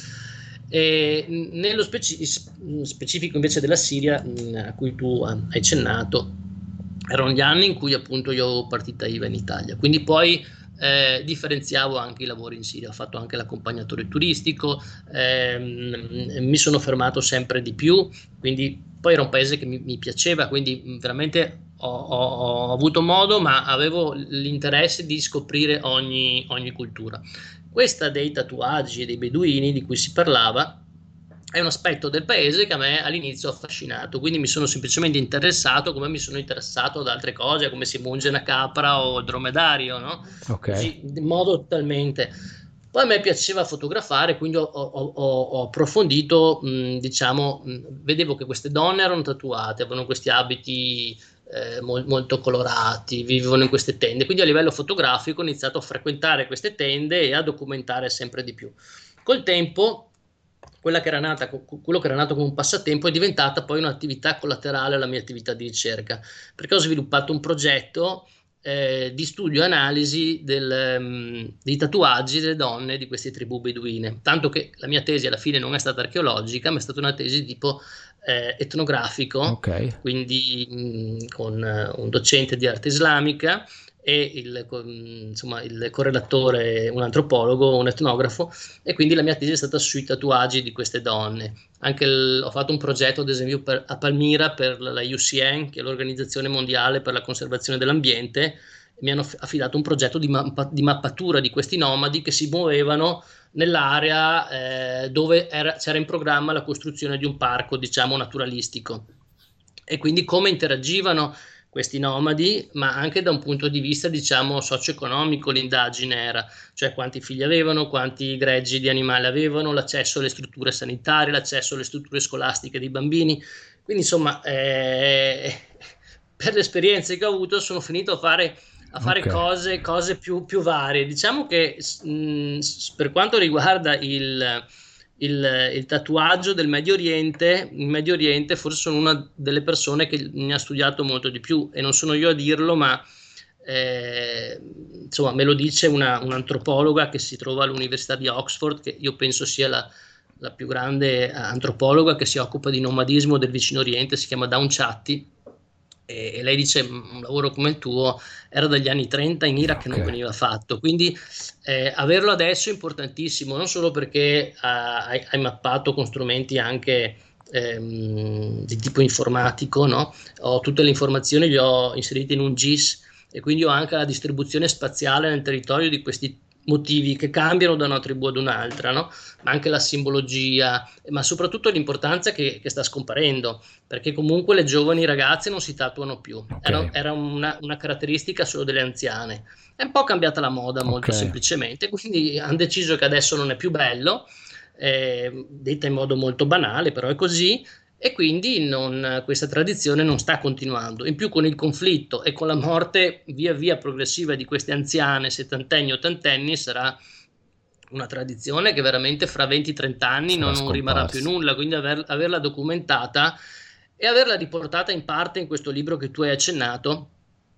E nello speci- specifico invece della Siria, mh, a cui tu eh, hai accennato, erano gli anni in cui appunto io ho partita I V A in Italia, quindi poi eh, differenziavo anche i lavori in Siria, ho fatto anche l'accompagnatore turistico, ehm, mi sono fermato sempre di più, quindi poi era un paese che mi, mi piaceva, quindi veramente ho, ho- ho avuto modo, ma avevo l'interesse di scoprire ogni, ogni cultura. Questa dei tatuaggi e dei beduini di cui si parlava è un aspetto del paese che a me all'inizio ha affascinato, quindi mi sono semplicemente interessato come mi sono interessato ad altre cose, come si munge una capra o il dromedario, no? Ok. Così, in modo totalmente. Poi a me piaceva fotografare, quindi ho, ho- ho- ho approfondito, mh, diciamo, mh, vedevo che queste donne erano tatuate, avevano questi abiti eh, mol- molto colorati, vivevano in queste tende, quindi a livello fotografico ho iniziato a frequentare queste tende e a documentare sempre di più. Col tempo, quella che era nata, quello che era nato come un passatempo è diventata poi un'attività collaterale alla mia attività di ricerca, perché ho sviluppato un progetto eh, di studio e analisi del, um, dei tatuaggi delle donne di queste tribù beduine, tanto che la mia tesi alla fine non è stata archeologica, ma è stata una tesi di tipo eh, etnografico, Ok. quindi mh, con uh, un docente di arte islamica e il, insomma, il correlatore, un antropologo, un etnografo, e quindi la mia tesi è stata sui tatuaggi di queste donne. Anche il, ho fatto un progetto, ad esempio, per, a Palmira per la I U C N, che è l'Organizzazione Mondiale per la Conservazione dell'Ambiente. Mi hanno affidato un progetto di, mappa, di mappatura di questi nomadi che si muovevano nell'area eh, dove era, c'era in programma la costruzione di un parco, diciamo, naturalistico. E quindi come interagivano questi nomadi, ma anche da un punto di vista, diciamo, socio-economico l'indagine era, cioè quanti figli avevano, quanti greggi di animali avevano, l'accesso alle strutture sanitarie, l'accesso alle strutture scolastiche dei bambini. Quindi insomma, eh, per le esperienze che ho avuto sono finito a fare, a fare Ok. cose, cose più, più varie. Diciamo che mh, per quanto riguarda il, il, il tatuaggio del Medio Oriente, il Medio Oriente forse sono una delle persone che ne ha studiato molto di più, e non sono io a dirlo, ma eh, insomma me lo dice una, un'antropologa che si trova all'Università di Oxford, che io penso sia la, la più grande antropologa che si occupa di nomadismo del Vicino Oriente, si chiama Dawn Chatti, e, e lei dice un lavoro come il tuo era dagli anni trenta in Iraq che Ok. non veniva fatto, quindi eh, averlo adesso è importantissimo, non solo perché ha, hai, hai mappato con strumenti anche ehm, di tipo informatico, no? Ho tutte le informazioni, le ho inserite in un G I S, e quindi ho anche la distribuzione spaziale nel territorio di questi motivi che cambiano da una tribù ad un'altra, no? Ma anche la simbologia, ma soprattutto l'importanza che, che sta scomparendo, perché comunque le giovani ragazze non si tatuano più, Ok. era, era una, una caratteristica solo delle anziane. È un po' cambiata la moda, Ok. molto semplicemente, quindi hanno deciso che adesso non è più bello, eh, detta in modo molto banale, però è così, e quindi non, questa tradizione non sta continuando. In più, con il conflitto e con la morte via via progressiva di queste anziane, settantenni, ottantenni, sarà una tradizione che veramente fra venti trenta anni Sarà non, non rimarrà più scomparsa. nulla, quindi aver, averla documentata e averla riportata in parte in questo libro che tu hai accennato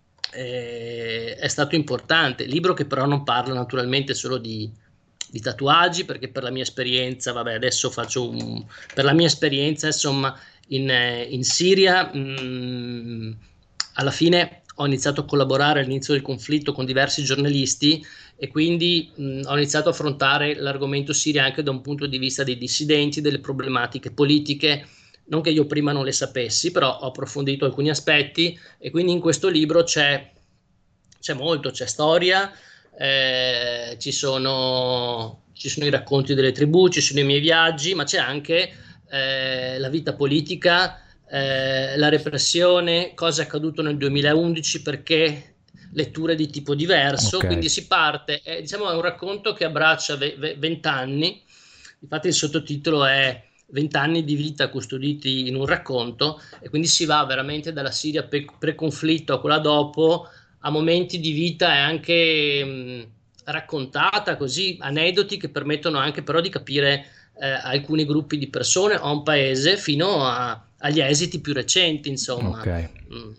eh, è stato importante. Libro che però non parla naturalmente solo di, di tatuaggi, perché per la mia esperienza, vabbè, adesso faccio un, per la mia esperienza, insomma, in, eh, in Siria, mh, alla fine ho iniziato a collaborare all'inizio del conflitto con diversi giornalisti, e quindi mh, ho iniziato a affrontare l'argomento Siria anche da un punto di vista dei dissidenti, delle problematiche politiche, non che io prima non le sapessi, però ho approfondito alcuni aspetti, e quindi in questo libro c'è, c'è molto, c'è storia, eh, ci sono, ci sono i racconti delle tribù, ci sono i miei viaggi, ma c'è anche eh, la vita politica, eh, la repressione, cosa è accaduto nel duemilaundici, perché letture di tipo diverso, Ok. quindi si parte, è, diciamo, è un racconto che abbraccia vent'anni, infatti il sottotitolo è vent'anni di vita custoditi in un racconto, e quindi si va veramente dalla Siria pre- pre-conflitto a quella dopo, a momenti di vita e anche mh, raccontata così, aneddoti che permettono anche però di capire eh, alcuni gruppi di persone o un paese fino a, agli esiti più recenti, insomma. Ok. Mm.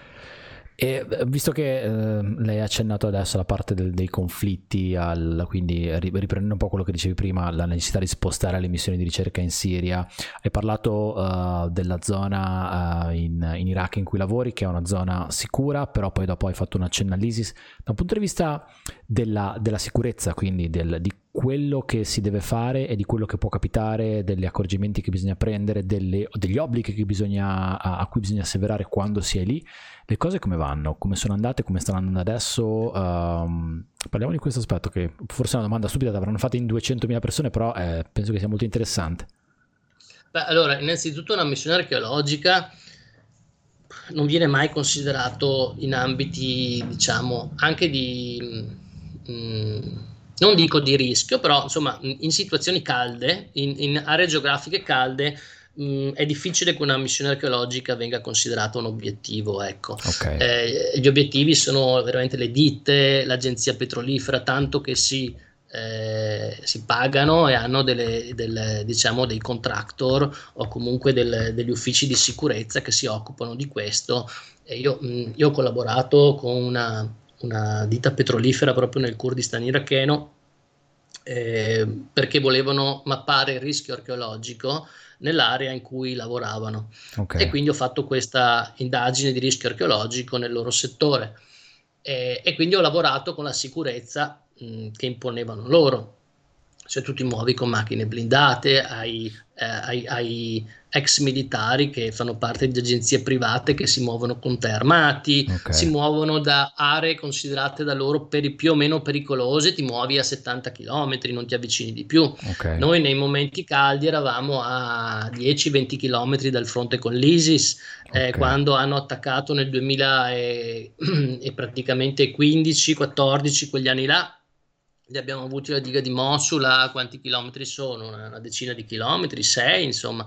E eh, visto che eh, lei ha accennato adesso alla parte del- dei conflitti, al- quindi ri- riprendendo un po' quello che dicevi prima, la necessità di spostare le missioni di ricerca in Siria, hai parlato eh, della zona eh, in, in Iraq in cui lavori, che è una zona sicura, però poi dopo hai fatto un accenno all'ISIS. Da un punto di vista della, della sicurezza, quindi del, di quello che si deve fare e di quello che può capitare, degli accorgimenti che bisogna prendere, delle, degli obblighi che bisogna, a, a cui bisogna asseverare quando si è lì, le cose come vanno? Come sono andate? Come stanno andando adesso? Um, parliamo di questo aspetto, che forse è una domanda stupida, l'avranno fatta in duecentomila persone, però eh, penso che sia molto interessante. Beh, allora, innanzitutto una missione archeologica non viene mai considerato in ambiti, diciamo, anche di, mh, non dico di rischio, però insomma, in situazioni calde, in, in aree geografiche calde, mh, è difficile che una missione archeologica venga considerata un obiettivo, ecco. Ok, Eh, gli obiettivi sono veramente le ditte, l'agenzia petrolifera, tanto che si eh, si pagano e hanno delle, delle, diciamo, dei contractor o comunque del, degli uffici di sicurezza che si occupano di questo. E io, mh, io ho collaborato con una, una ditta petrolifera proprio nel Kurdistan iracheno, eh, perché volevano mappare il rischio archeologico nell'area in cui lavoravano, ok, e quindi ho fatto questa indagine di rischio archeologico nel loro settore, e, e quindi ho lavorato con la sicurezza mh, che imponevano loro. cioè tu ti muovi con macchine blindate, hai, eh, hai, hai ex militari che fanno parte di agenzie private che si muovono con te armati, Ok. si muovono da aree considerate da loro per, più o meno pericolose, ti muovi a settanta chilometri, non ti avvicini di più. Ok. Noi nei momenti caldi eravamo a dieci venti chilometri dal fronte con l'ISIS, eh, Ok. quando hanno attaccato nel duemila e, e praticamente quindici quattordici, quegli anni là. Li abbiamo avuti la diga di Mosul, a quanti chilometri sono? Una, una decina di chilometri, sei insomma.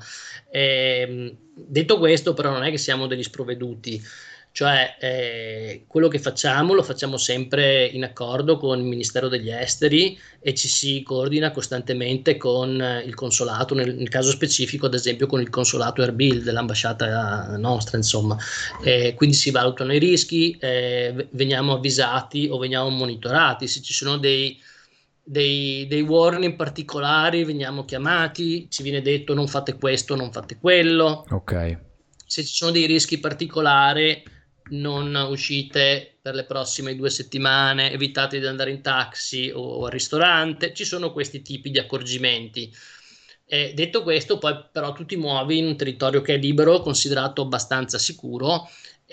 E, detto questo, però, non è che siamo degli sprovveduti, cioè eh, quello che facciamo lo facciamo sempre in accordo con il Ministero degli Esteri e ci si coordina costantemente con il consolato, nel, nel caso specifico, ad esempio, con il consolato Erbil dell'ambasciata nostra, insomma. Eh, quindi si valutano i rischi, eh, veniamo avvisati o veniamo monitorati se ci sono dei dei, dei warning particolari, veniamo chiamati, ci viene detto non fate questo, non fate quello. Ok. Se ci sono dei rischi particolari, non uscite per le prossime due settimane, evitate di andare in taxi o al ristorante. Ci sono questi tipi di accorgimenti. Eh, detto questo, poi però tu ti muovi in un territorio che è libero, considerato abbastanza sicuro,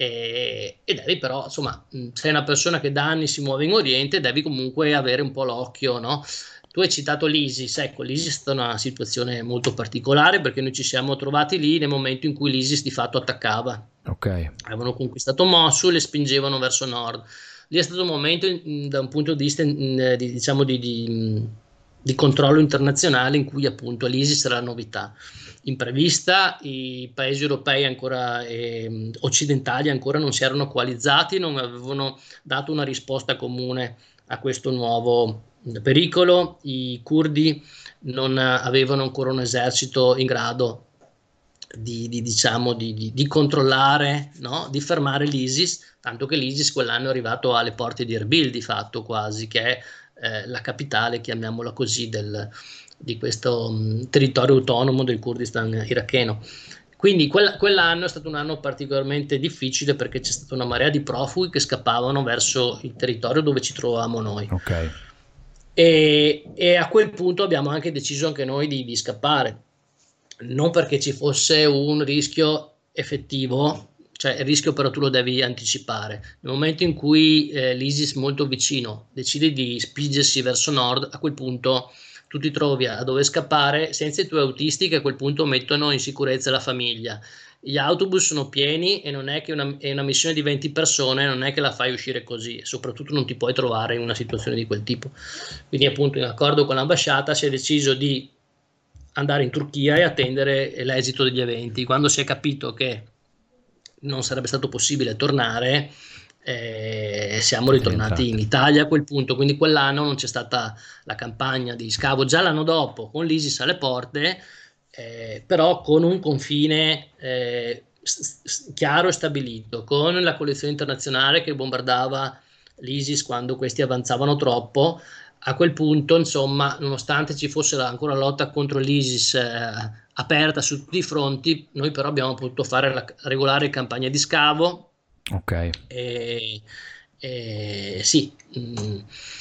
e, e devi però, insomma, mh, sei una persona che da anni si muove in Oriente, devi comunque avere un po' l'occhio, no? Tu hai citato l'ISIS, ecco, l'ISIS è stata una situazione molto particolare perché noi ci siamo trovati lì nel momento in cui l'ISIS di fatto attaccava. Ok. Avevano conquistato Mosul e spingevano verso nord. Lì è stato un momento, in, da un punto di vista in, di, diciamo, di, di, di controllo internazionale in cui appunto l'ISIS era la novità imprevista, i paesi europei ancora eh, occidentali ancora non si erano coalizzati, non avevano dato una risposta comune a questo nuovo pericolo, i curdi non avevano ancora un esercito in grado di, di, diciamo, di, di, di controllare, no? Di fermare l'ISIS, tanto che l'ISIS quell'anno è arrivato alle porte di Erbil di fatto quasi, che è eh, la capitale, chiamiamola così, del, di questo mh, territorio autonomo del Kurdistan iracheno. Quindi quel, quell'anno è stato un anno particolarmente difficile perché c'è stata una marea di profughi che scappavano verso il territorio dove ci trovavamo noi. Ok. E, e a quel punto abbiamo anche deciso anche noi di, di scappare, non perché ci fosse un rischio effettivo, cioè il rischio però tu lo devi anticipare. Nel momento in cui eh, l'ISIS molto vicino decide di spingersi verso nord, a quel punto tu ti trovi a dover scappare senza i tuoi autisti che a quel punto mettono in sicurezza la famiglia. Gli autobus sono pieni e non è che una, è una missione di venti persone, non è che la fai uscire così, e soprattutto non ti puoi trovare in una situazione di quel tipo. Quindi appunto in accordo con l'ambasciata si è deciso di andare in Turchia e attendere l'esito degli eventi. Quando si è capito che non sarebbe stato possibile tornare, eh, siamo ritornati in Italia a quel punto, quindi quell'anno non c'è stata la campagna di scavo, già l'anno dopo con l'ISIS alle porte, eh, però con un confine eh, s- chiaro e stabilito, con la coalizione internazionale che bombardava l'ISIS quando questi avanzavano troppo. A quel punto, insomma, nonostante ci fosse la, ancora la lotta contro l'ISIS eh, aperta su tutti i fronti, noi però abbiamo potuto fare la regolare campagna di scavo. Ok. E, e sì, mh,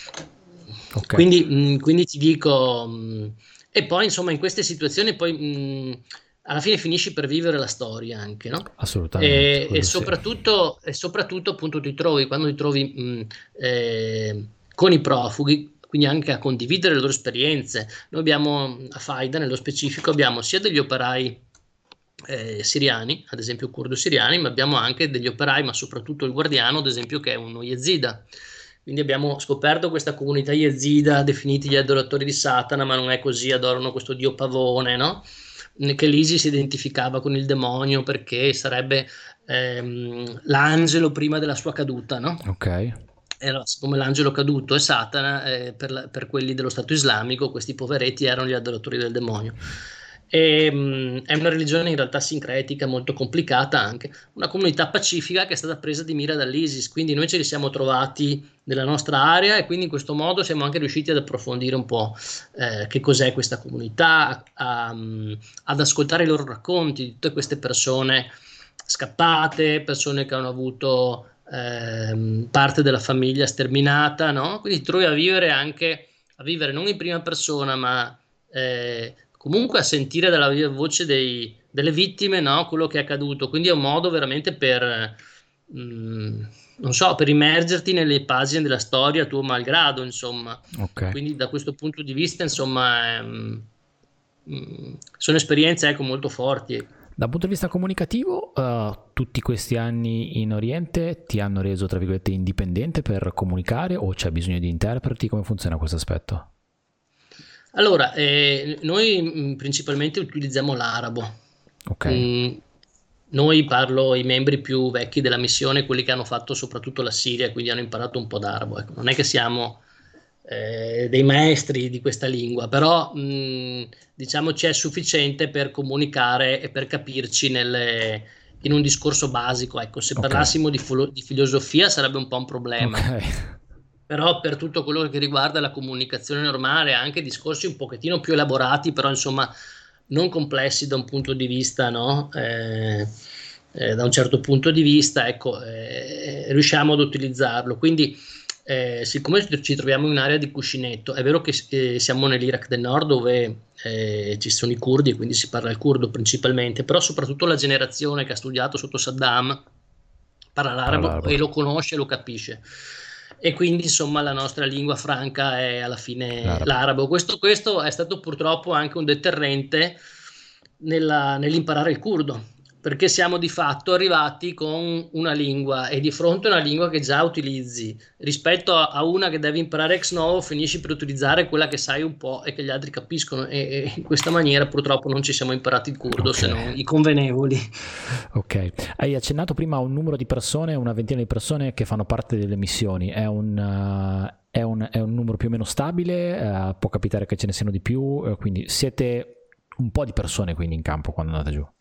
Ok. quindi, mh, quindi ti dico, mh, e poi insomma in queste situazioni poi mh, alla fine finisci per vivere la storia anche, no? Assolutamente, E, e quello sì. soprattutto, e soprattutto appunto ti trovi quando ti trovi mh, eh, con i profughi, quindi anche a condividere le loro esperienze. Noi abbiamo a Faida, nello specifico, abbiamo sia degli operai eh, siriani, ad esempio curdo-siriani, ma abbiamo anche degli operai, ma soprattutto il guardiano, ad esempio, che è uno Yazida. Quindi abbiamo scoperto questa comunità Yazida, definiti gli adoratori di Satana, ma non è così, adorano questo dio pavone, no? Che l'ISIS si identificava con il demonio perché sarebbe ehm, l'angelo prima della sua caduta, no? Ok. E allora, siccome l'angelo caduto è Satana, eh, per, la- per quelli dello Stato islamico, questi poveretti erano gli adoratori del demonio. E, mh, è una religione in realtà sincretica, molto complicata anche, una comunità pacifica che è stata presa di mira dall'ISIS, quindi noi ce li siamo trovati nella nostra area e quindi in questo modo siamo anche riusciti ad approfondire un po' eh, che cos'è questa comunità, a, mh, ad ascoltare i loro racconti di tutte queste persone scappate, persone che hanno avuto ehm, parte della famiglia sterminata, no? Quindi ti trovi a vivere anche a vivere non in prima persona, ma eh, comunque a sentire dalla viva voce dei, delle vittime, no? Quello che è accaduto. Quindi è un modo veramente per, mh, non so, per immergerti nelle pagine della storia, tuo malgrado, insomma. Ok. Quindi da questo punto di vista, insomma, è, mh, mh, sono esperienze, ecco, molto forti. Dal punto di vista comunicativo, uh, tutti questi anni in Oriente ti hanno reso, tra virgolette, indipendente per comunicare o c'è bisogno di interpreti? Come funziona questo aspetto? Allora, eh, noi mh, principalmente utilizziamo l'arabo. Ok. Mm, noi parlo i membri più vecchi della missione, quelli che hanno fatto soprattutto la Siria, quindi hanno imparato un po' d'arabo. Ecco, non è che siamo eh, dei maestri di questa lingua, però mh, diciamo ci è sufficiente per comunicare e per capirci nelle- in un discorso basico. Ecco, se Ok. parlassimo di, filo- di filosofia sarebbe un po' un problema. Ok. Però per tutto quello che riguarda la comunicazione normale, anche discorsi un pochettino più elaborati, però insomma non complessi da un punto di vista, no? Eh, eh, da un certo punto di vista, ecco, eh, riusciamo ad utilizzarlo. Quindi, eh, siccome ci troviamo in un'area di cuscinetto, è vero che eh, siamo nell'Iraq del Nord dove eh, ci sono i curdi, quindi si parla il curdo principalmente, però soprattutto la generazione che ha studiato sotto Saddam parla Parla l'arabo l'arabo. e lo conosce e lo capisce. E quindi insomma la nostra lingua franca è alla fine L'arabo. l'arabo. Questo, questo è stato purtroppo anche un deterrente nella- nell'imparare il curdo, perché siamo di fatto arrivati con una lingua e di fronte a una lingua che già utilizzi rispetto a, a una che devi imparare ex novo, finisci per utilizzare quella che sai un po' e che gli altri capiscono. E, e in questa maniera purtroppo non ci siamo imparati il curdo, Ok. se non i convenevoli. Ok. Hai accennato prima a un numero di persone, una ventina di persone che fanno parte delle missioni. È un, uh, è un, è un numero più o meno stabile? Uh, può capitare che ce ne siano di più? Uh, quindi siete un po' di persone quindi in campo quando andate giù?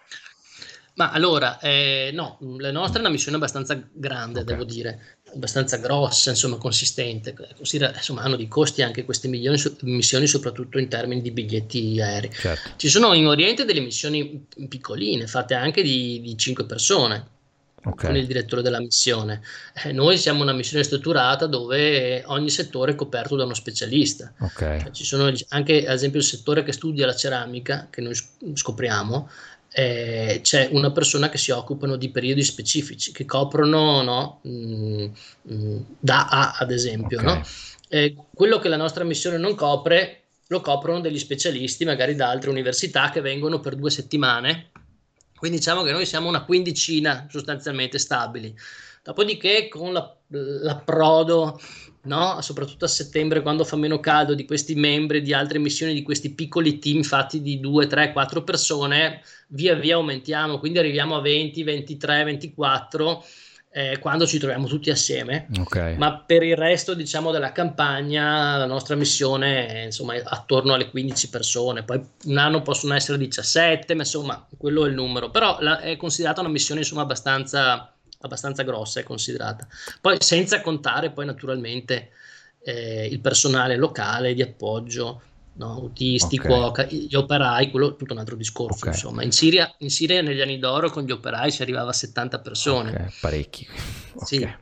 Ma allora, eh, no, la nostra è una missione abbastanza grande, Ok. devo dire, abbastanza grossa, insomma, consistente. Considera, insomma, hanno dei costi anche queste milioni- missioni, soprattutto in termini di biglietti aerei. Certo. Ci sono in Oriente delle missioni piccoline, fatte anche di, di cinque persone, Ok. con il direttore della missione. Eh, noi siamo una missione strutturata dove ogni settore è coperto da uno specialista. Ok. Cioè, ci sono anche, ad esempio, il settore che studia la ceramica, che noi scopriamo, eh, c'è una persona che si occupano di periodi specifici che coprono, no, mh, mh, da A ad esempio, Ok. no? Eh, quello che la nostra missione non copre lo coprono degli specialisti magari da altre università che vengono per due settimane, quindi diciamo che noi siamo una quindicina sostanzialmente stabili. Dopodiché con la- l'approdo, no? Soprattutto a settembre quando fa meno caldo, di questi membri di altre missioni, di questi piccoli team fatti di due, tre, quattro persone, via via aumentiamo, quindi arriviamo a venti, ventitré, ventiquattro eh, quando ci troviamo tutti assieme. Ok. Ma per il resto, diciamo, della campagna, la nostra missione è insomma attorno alle quindici persone. Poi un anno possono essere diciassette, ma insomma, quello è il numero. Però la, è considerata una missione insomma abbastanza, abbastanza grossa, è considerata. Poi senza contare poi naturalmente eh, il personale locale di appoggio, no? Autisti, Ok. cuoca, gli operai, quello è tutto un altro discorso, Ok. insomma. In Siria, in Siria negli anni d'oro con gli operai si arrivava a settanta persone. Ok, parecchi. Sì. Ok.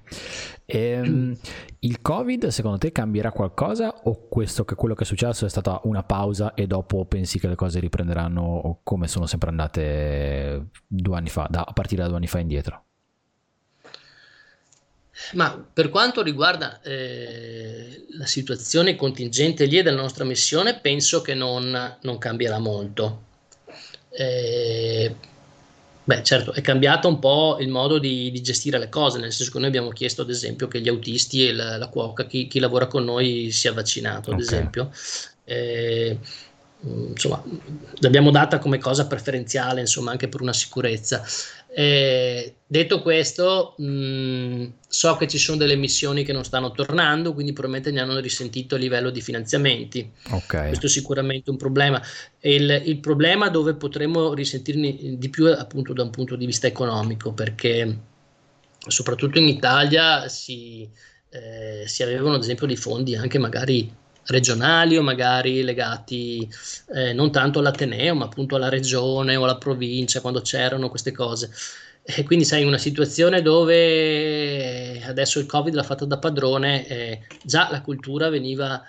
Ehm, il Covid secondo te cambierà qualcosa o questo che quello che è successo è stata una pausa e dopo pensi che le cose riprenderanno come sono sempre andate due anni fa, da, a partire da due anni fa indietro? Ma per quanto riguarda eh, la situazione contingente lì e della nostra missione, penso che non, non cambierà molto. Eh, beh, certo, è cambiato un po' il modo di, di gestire le cose, nel senso che noi abbiamo chiesto, ad esempio, che gli autisti e la, la cuoca, chi, chi lavora con noi, sia vaccinato, ad Ok. esempio. Eh, mh, insomma, l'abbiamo data come cosa preferenziale, insomma, anche per una sicurezza. Eh, detto questo, mh, so che ci sono delle missioni che non stanno tornando, quindi probabilmente ne hanno risentito a livello di finanziamenti. Ok. Questo è sicuramente un problema. E il, il problema dove potremmo risentirne di più è appunto da un punto di vista economico, perché soprattutto in Italia si, eh, si avevano ad esempio dei fondi anche magari regionali o magari legati eh, non tanto all'Ateneo, ma appunto alla regione o alla provincia, quando c'erano queste cose. E quindi sai, in una situazione dove adesso il Covid l'ha fatta da padrone, eh, già la cultura veniva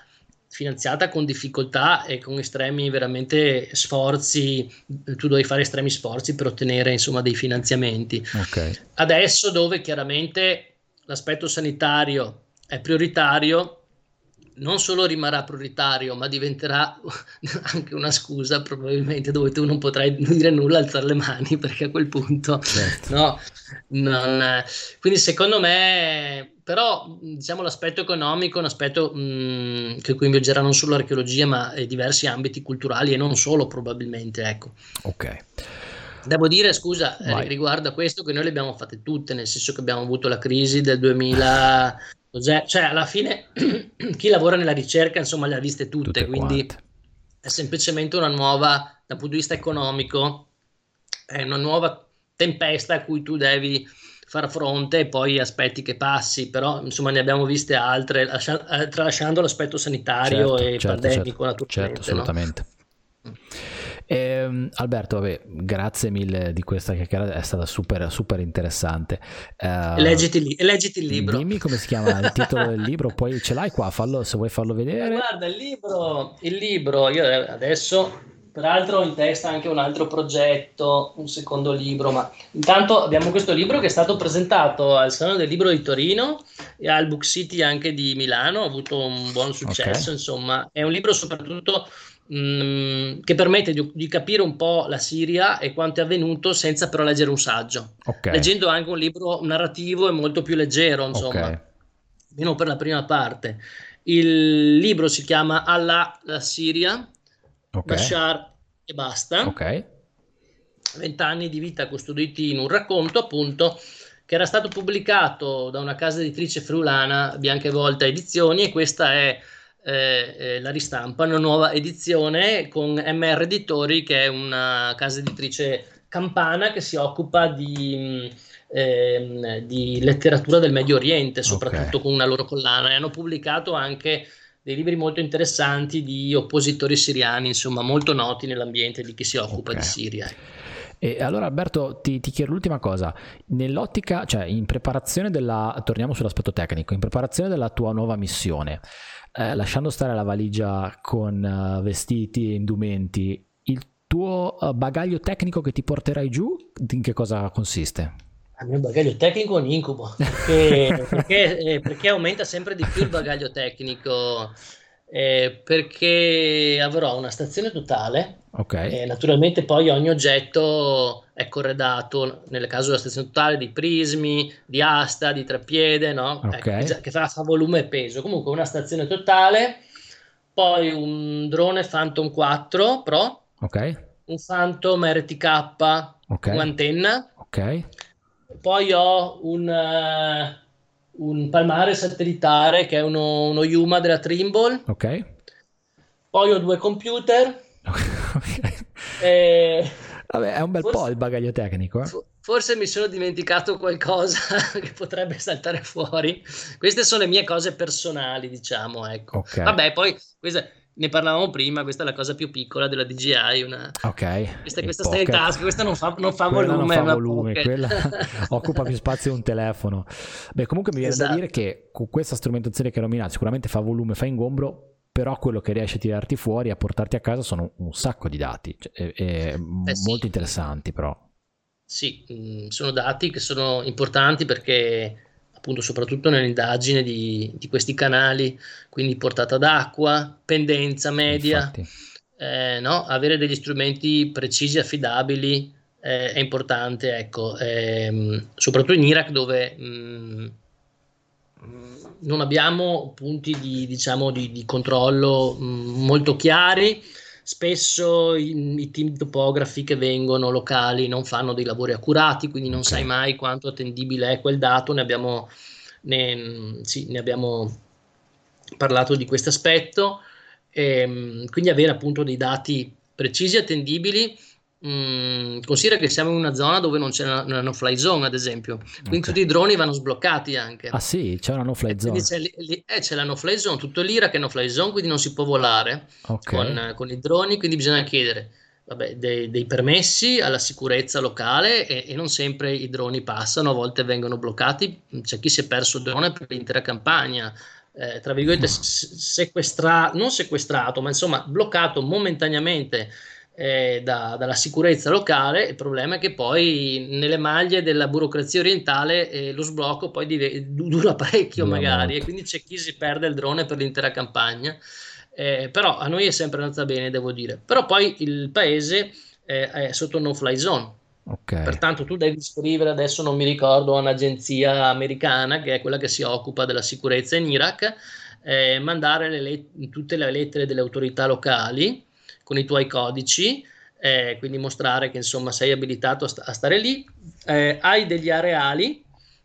finanziata con difficoltà e con estremi veramente sforzi, tu dovevi fare estremi sforzi per ottenere insomma dei finanziamenti. Okay. Adesso dove chiaramente l'aspetto sanitario è prioritario, non solo rimarrà prioritario, ma diventerà anche una scusa probabilmente dove tu non potrai dire nulla, alzare le mani, perché a quel punto Certo. no, non, quindi secondo me, però diciamo l'aspetto economico è un aspetto mh, che coinvolgerà non solo l'archeologia ma eh, diversi ambiti culturali e non solo probabilmente, ecco. Ok. Devo dire, scusa, eh, Vai. riguardo a questo, che noi le abbiamo fatte tutte, nel senso che abbiamo avuto la crisi del duemila, cioè alla fine chi lavora nella ricerca insomma le ha viste tutte, Tutte quindi quante. è semplicemente una nuova, dal punto di vista economico, è una nuova tempesta a cui tu devi far fronte e poi aspetti che passi, però insomma ne abbiamo viste altre, lascia- eh, tralasciando l'aspetto sanitario Certo, e certo, certo, pandemico certo, naturalmente, no? assolutamente. Ehm, Alberto, vabbè, grazie mille di questa chiacchierata, è stata super, super interessante. E Eh, leggiti, li- e leggiti il libro. dimmi come si chiama il titolo del libro, poi ce l'hai qua, fallo, se vuoi farlo Ma vedere. guarda, il libro, il libro, io adesso, peraltro ho in testa anche un altro progetto, un secondo libro, ma intanto abbiamo questo libro che è stato presentato al Salone del Libro di Torino e al Book City anche di Milano, ha avuto un buon successo, Ok, insomma, è un libro soprattutto mh, che permette di, di capire un po' la Siria e quanto è avvenuto senza però leggere un saggio, ok, leggendo anche un libro narrativo e molto più leggero, ok, insomma, almeno per la prima parte. Il libro si chiama Allah, la Siria, ok, Bashar e basta. ok, Vent'anni di vita custoditi in un racconto, appunto, che era stato pubblicato da una casa editrice friulana, Bianca e Volta Edizioni, e questa è eh, eh, la ristampa, una nuova edizione con M R Editori, che è una casa editrice campana che si occupa di, mh, ehm, di letteratura del Medio Oriente, ok, soprattutto con una loro collana, e hanno pubblicato anche dei libri molto interessanti di oppositori siriani, insomma, molto noti nell'ambiente di chi si occupa di ok. Siria. E allora Alberto ti, ti chiedo l'ultima cosa, nell'ottica, cioè in preparazione della, torniamo sull'aspetto tecnico, in preparazione della tua nuova missione, eh, lasciando stare la valigia con uh, vestiti e indumenti, il tuo uh, bagaglio tecnico che ti porterai giù, in che cosa consiste? Il mio bagaglio tecnico è un incubo, perché, perché, eh, perché aumenta sempre di più il bagaglio tecnico, eh, perché avrò una stazione totale, Ok, e naturalmente poi ogni oggetto è corredato, nel caso della stazione totale, di prismi, di asta, di treppiede, no? ok, Ecco, che, già- che fa, fa volume e peso. Comunque una stazione totale, poi un drone Phantom quattro Pro, ok, un Phantom R T K ok, con antenna, ok, poi ho un, eh, un palmare satellitare che è uno, uno Yuma della Trimble, ok, poi ho due computer, ok. e Vabbè, è un bel po' forse, il bagaglio tecnico, eh? fo- forse mi sono dimenticato qualcosa che potrebbe saltare fuori. Queste sono le mie cose personali, diciamo, ecco. Ok, Vabbè, poi questa, ne parlavamo prima, questa è la cosa più piccola della D J I, una, ok, questa, il questa sta in tasca, pocket. questa non fa, non fa Quella non volume, è fa una volume, pocket. quella occupa più spazio di un telefono. Beh, comunque mi viene da dire Esatto. che con questa strumentazione che hai nominato sicuramente fa volume, fa ingombro, però quello che riesce a tirarti fuori, a portarti a casa sono un sacco di dati, cioè, e, e Eh molto sì, interessanti però. sì, mh, sono dati che sono importanti perché appunto soprattutto nell'indagine di, di questi canali, quindi portata d'acqua, pendenza E media, infatti, eh, no? Avere degli strumenti precisi e affidabili eh, è importante, ecco, ehm, soprattutto in Iraq dove mh, non abbiamo punti di, diciamo, di, di controllo mh, molto chiari. Spesso i, i team topografi che vengono locali non fanno dei lavori accurati, quindi non ok, sai mai quanto attendibile è quel dato. Ne abbiamo, ne, sì, ne abbiamo parlato di questo aspetto. Ehm, quindi avere appunto dei dati precisi e attendibili. Mh, considera che siamo in una zona dove non c'è una, una no-fly zone, ad esempio, quindi ok. tutti i droni vanno sbloccati Ah anche. sì, c'è una E no-fly quindi zone. c'è, lì- lì- eh, c'è la no-fly zone, tutto l'Iraq è no-fly zone, quindi non si può volare Ok, con, con i droni, quindi bisogna chiedere vabbè, dei, dei permessi alla sicurezza locale e, e non sempre i droni passano, a volte vengono bloccati, c'è chi si è perso il drone per l'intera campagna, eh, tra virgolette, sequestrato, non sequestrato, ma insomma bloccato momentaneamente eh, da, dalla sicurezza locale. Il problema è che poi nelle maglie della burocrazia orientale eh, lo sblocco poi dive- dura parecchio Dura magari, e molto. quindi c'è chi si perde il drone per l'intera campagna. Eh, però a noi è sempre andata bene, devo dire. Però poi il paese eh, è sotto no-fly zone. Ok. Pertanto tu devi scrivere, adesso non mi ricordo, a un'agenzia americana che è quella che si occupa della sicurezza in Iraq, eh, mandare le let- tutte le lettere delle autorità locali con i tuoi codici, eh, quindi mostrare che insomma sei abilitato a, sta- a stare lì, eh, hai degli areali,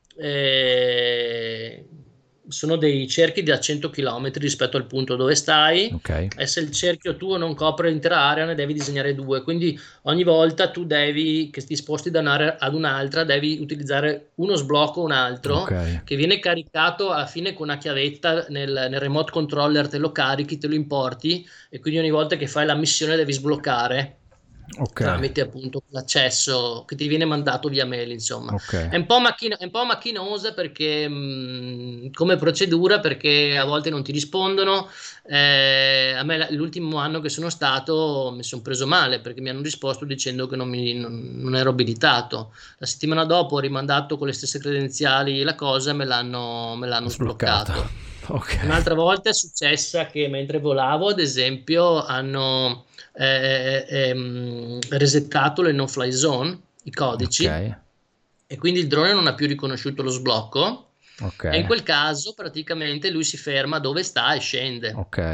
eh, sono dei cerchi da cento chilometri rispetto al punto dove stai, Ok. e se il cerchio tuo non copre l'intera area ne devi disegnare due, quindi ogni volta tu devi, che ti sposti da un'area ad un'altra, devi utilizzare uno sblocco o un altro Ok. che viene caricato alla fine con una chiavetta nel, nel remote controller, te lo carichi, te lo importi, e quindi ogni volta che fai la missione devi sbloccare Ok. tramite appunto l'accesso che ti viene mandato via mail, insomma. Ok. È un po' macchina- è un po' macchinosa perché mh, come procedura, perché a volte non ti rispondono. Eh, a me la- l'ultimo anno che sono stato mi sono preso male perché mi hanno risposto dicendo che non, mi, non, non ero abilitato. La settimana dopo ho rimandato con le stesse credenziali la cosa e me l'hanno me l'hanno Sbloccato. sbloccato. Ok. Un'altra volta è successa che mentre volavo, ad esempio, hanno eh, ehm, resettato le no-fly zone, i Ok. codici, e quindi il drone non ha più riconosciuto lo sblocco, Ok. e in quel caso praticamente lui si ferma dove sta e scende. Ok.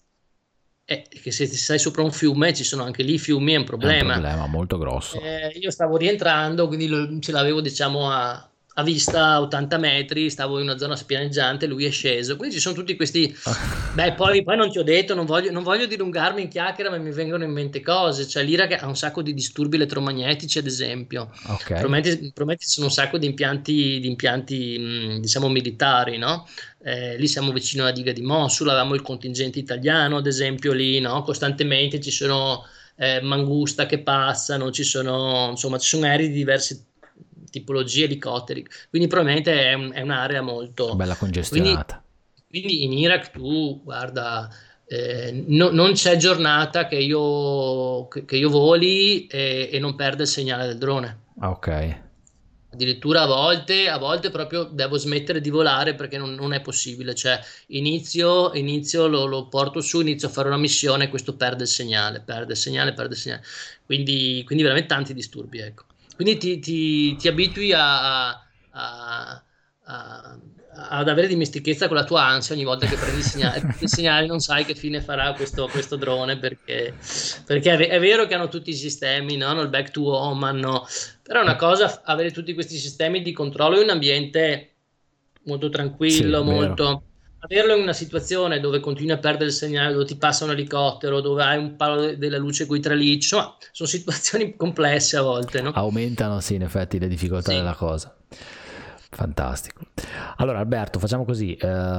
E che se stai sopra un fiume, ci sono anche lì fiumi, è un È un problema. problema molto grosso. Eh, io stavo rientrando, quindi lo- ce l'avevo diciamo a, a vista a ottanta metri, stavo in una zona spianeggiante, lui è sceso, quindi ci sono tutti questi. Beh, poi, poi non ti ho detto, non voglio, non voglio dilungarmi in chiacchiera, ma mi vengono in mente cose. Cioè, l'Iraq ha un sacco di disturbi elettromagnetici, ad esempio. Ok. Promette, promette ci sono un sacco di impianti, di impianti mh, diciamo, militari, no? Eh, lì siamo vicino alla diga di Mosul, avevamo il contingente italiano, ad esempio, lì, no? Costantemente ci sono eh, mangusta che passano, ci sono, insomma, ci sono aerei di diverse tipologie, elicotteri, quindi probabilmente è, un- è un'area molto. Bella Quindi, congestionata. quindi in Iraq tu, guarda, eh, no- non c'è giornata che io, che, che io voli e, e non perda il segnale del drone. Ah, ok. Addirittura a volte, a volte proprio devo smettere di volare perché non, non è possibile. Cioè, inizio, inizio lo, lo porto su, inizio a fare una missione e questo perde il segnale, perde il segnale, perde il segnale. Quindi, quindi veramente tanti disturbi, ecco. Quindi ti, ti- ti abitui a, a- a- a- ad avere dimestichezza con la tua ansia ogni volta che prendi il segnale, il segnale non sai che fine farà questo, questo drone, perché, perché è, ve- è vero che hanno tutti i sistemi, no? Hanno il back to home, hanno però è una cosa avere tutti questi sistemi di controllo in un ambiente molto Sì, tranquillo, vero. molto. Averlo in una situazione dove continui a perdere il segnale, dove ti passa un elicottero, dove hai un palo de- della luce coi tralicci, insomma, sono situazioni complesse a volte, no? Aumentano, sì, in effetti le difficoltà Sì, della cosa. Fantastico. Allora Alberto, facciamo così.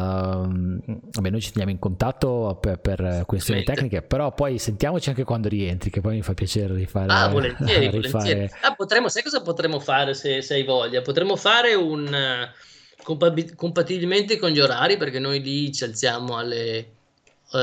ehm, vabbè, noi ci teniamo in contatto per, per questioni ovviamente. tecniche, però poi sentiamoci anche quando rientri, che poi mi fa piacere Ah, rifare, volentieri, volentieri. rifare. Ah, potremmo, sai cosa potremmo fare se, se hai voglia? Potremmo fare un eh, compabi- compatibilmente con gli orari, perché noi lì ci alziamo alle eh,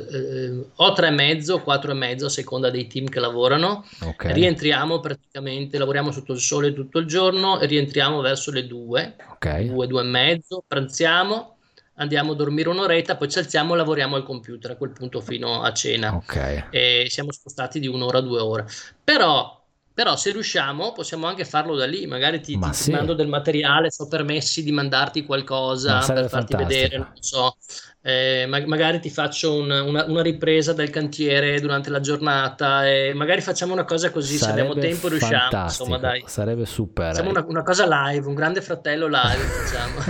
eh, o tre e mezzo, o quattro e mezzo, a seconda dei team che lavorano. Ok, Rientriamo praticamente, lavoriamo sotto il sole tutto il giorno e rientriamo verso le due, ok, due, due e mezzo, pranziamo, andiamo a dormire un'oretta, poi ci alziamo e lavoriamo al computer a quel punto fino a cena. ok. E siamo spostati di un'ora, due ore. Però, però se riusciamo possiamo anche farlo da lì, magari ti, Ma ti- ti sì, mando del materiale, so permessi di mandarti ma qualcosa per sarebbe farti vedere, fantastico. non so, eh, ma- magari ti faccio un- una, una ripresa del cantiere durante la giornata e magari facciamo una cosa così, se abbiamo Sarebbe tempo riusciamo, insomma fantastico, dai, sarebbe facciamo super. una, una cosa live, un grande fratello live facciamo.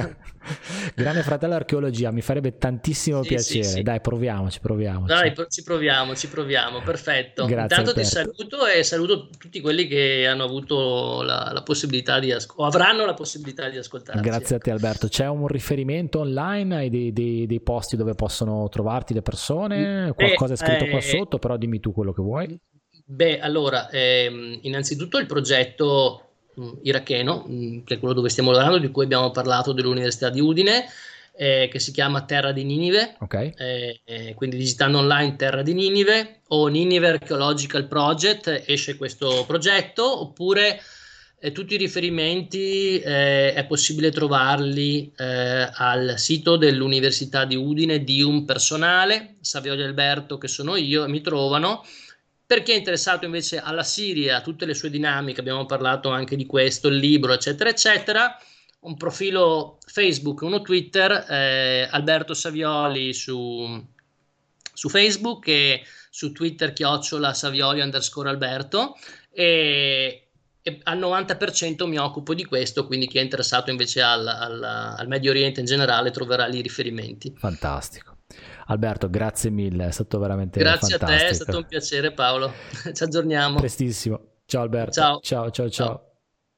Grande Fratello Archeologia, mi farebbe tantissimo Sì, sì, piacere. sì. Dai, proviamoci, proviamoci. Dai, pro- ci proviamo, ci proviamo, perfetto. Grazie Intanto ti Alberto. saluto e saluto tutti quelli che hanno avuto la, la possibilità di ascoltare, o avranno la possibilità di ascoltarci, Grazie a ecco. te Alberto. C'è un riferimento online? Hai dei, dei- dei posti dove possono trovarti le persone? Beh, Qualcosa è scritto qua eh, sotto, però dimmi tu quello che vuoi. beh, allora, ehm, innanzitutto il progetto mh, iracheno, mh, che è quello dove stiamo lavorando, di cui abbiamo parlato dell'Università di Udine, eh, che si chiama Terra di Ninive, okay. eh, eh, quindi digitando online Terra di Ninive o Ninive Archaeological Project esce questo progetto, oppure eh, tutti i riferimenti eh, è possibile trovarli eh, al sito dell'Università di Udine, Dium Personale, Savioli Alberto che sono io, e mi trovano. Per chi è interessato invece alla Siria, a tutte le sue dinamiche, abbiamo parlato anche di questo, il libro, eccetera, eccetera, un profilo Facebook, uno Twitter, eh, Alberto Savioli su, su Facebook e su Twitter chiocciola Savioli underscore Alberto, e, e al novanta per cento mi occupo di questo, quindi chi è interessato invece al, al, al Medio Oriente in generale troverà lì riferimenti. Fantastico. Alberto, grazie mille, è stato veramente grazie fantastico. Grazie a te, è stato un piacere Paolo, ci aggiorniamo. Prestissimo. Ciao Alberto. Ciao. Ciao, ciao, ciao. ciao.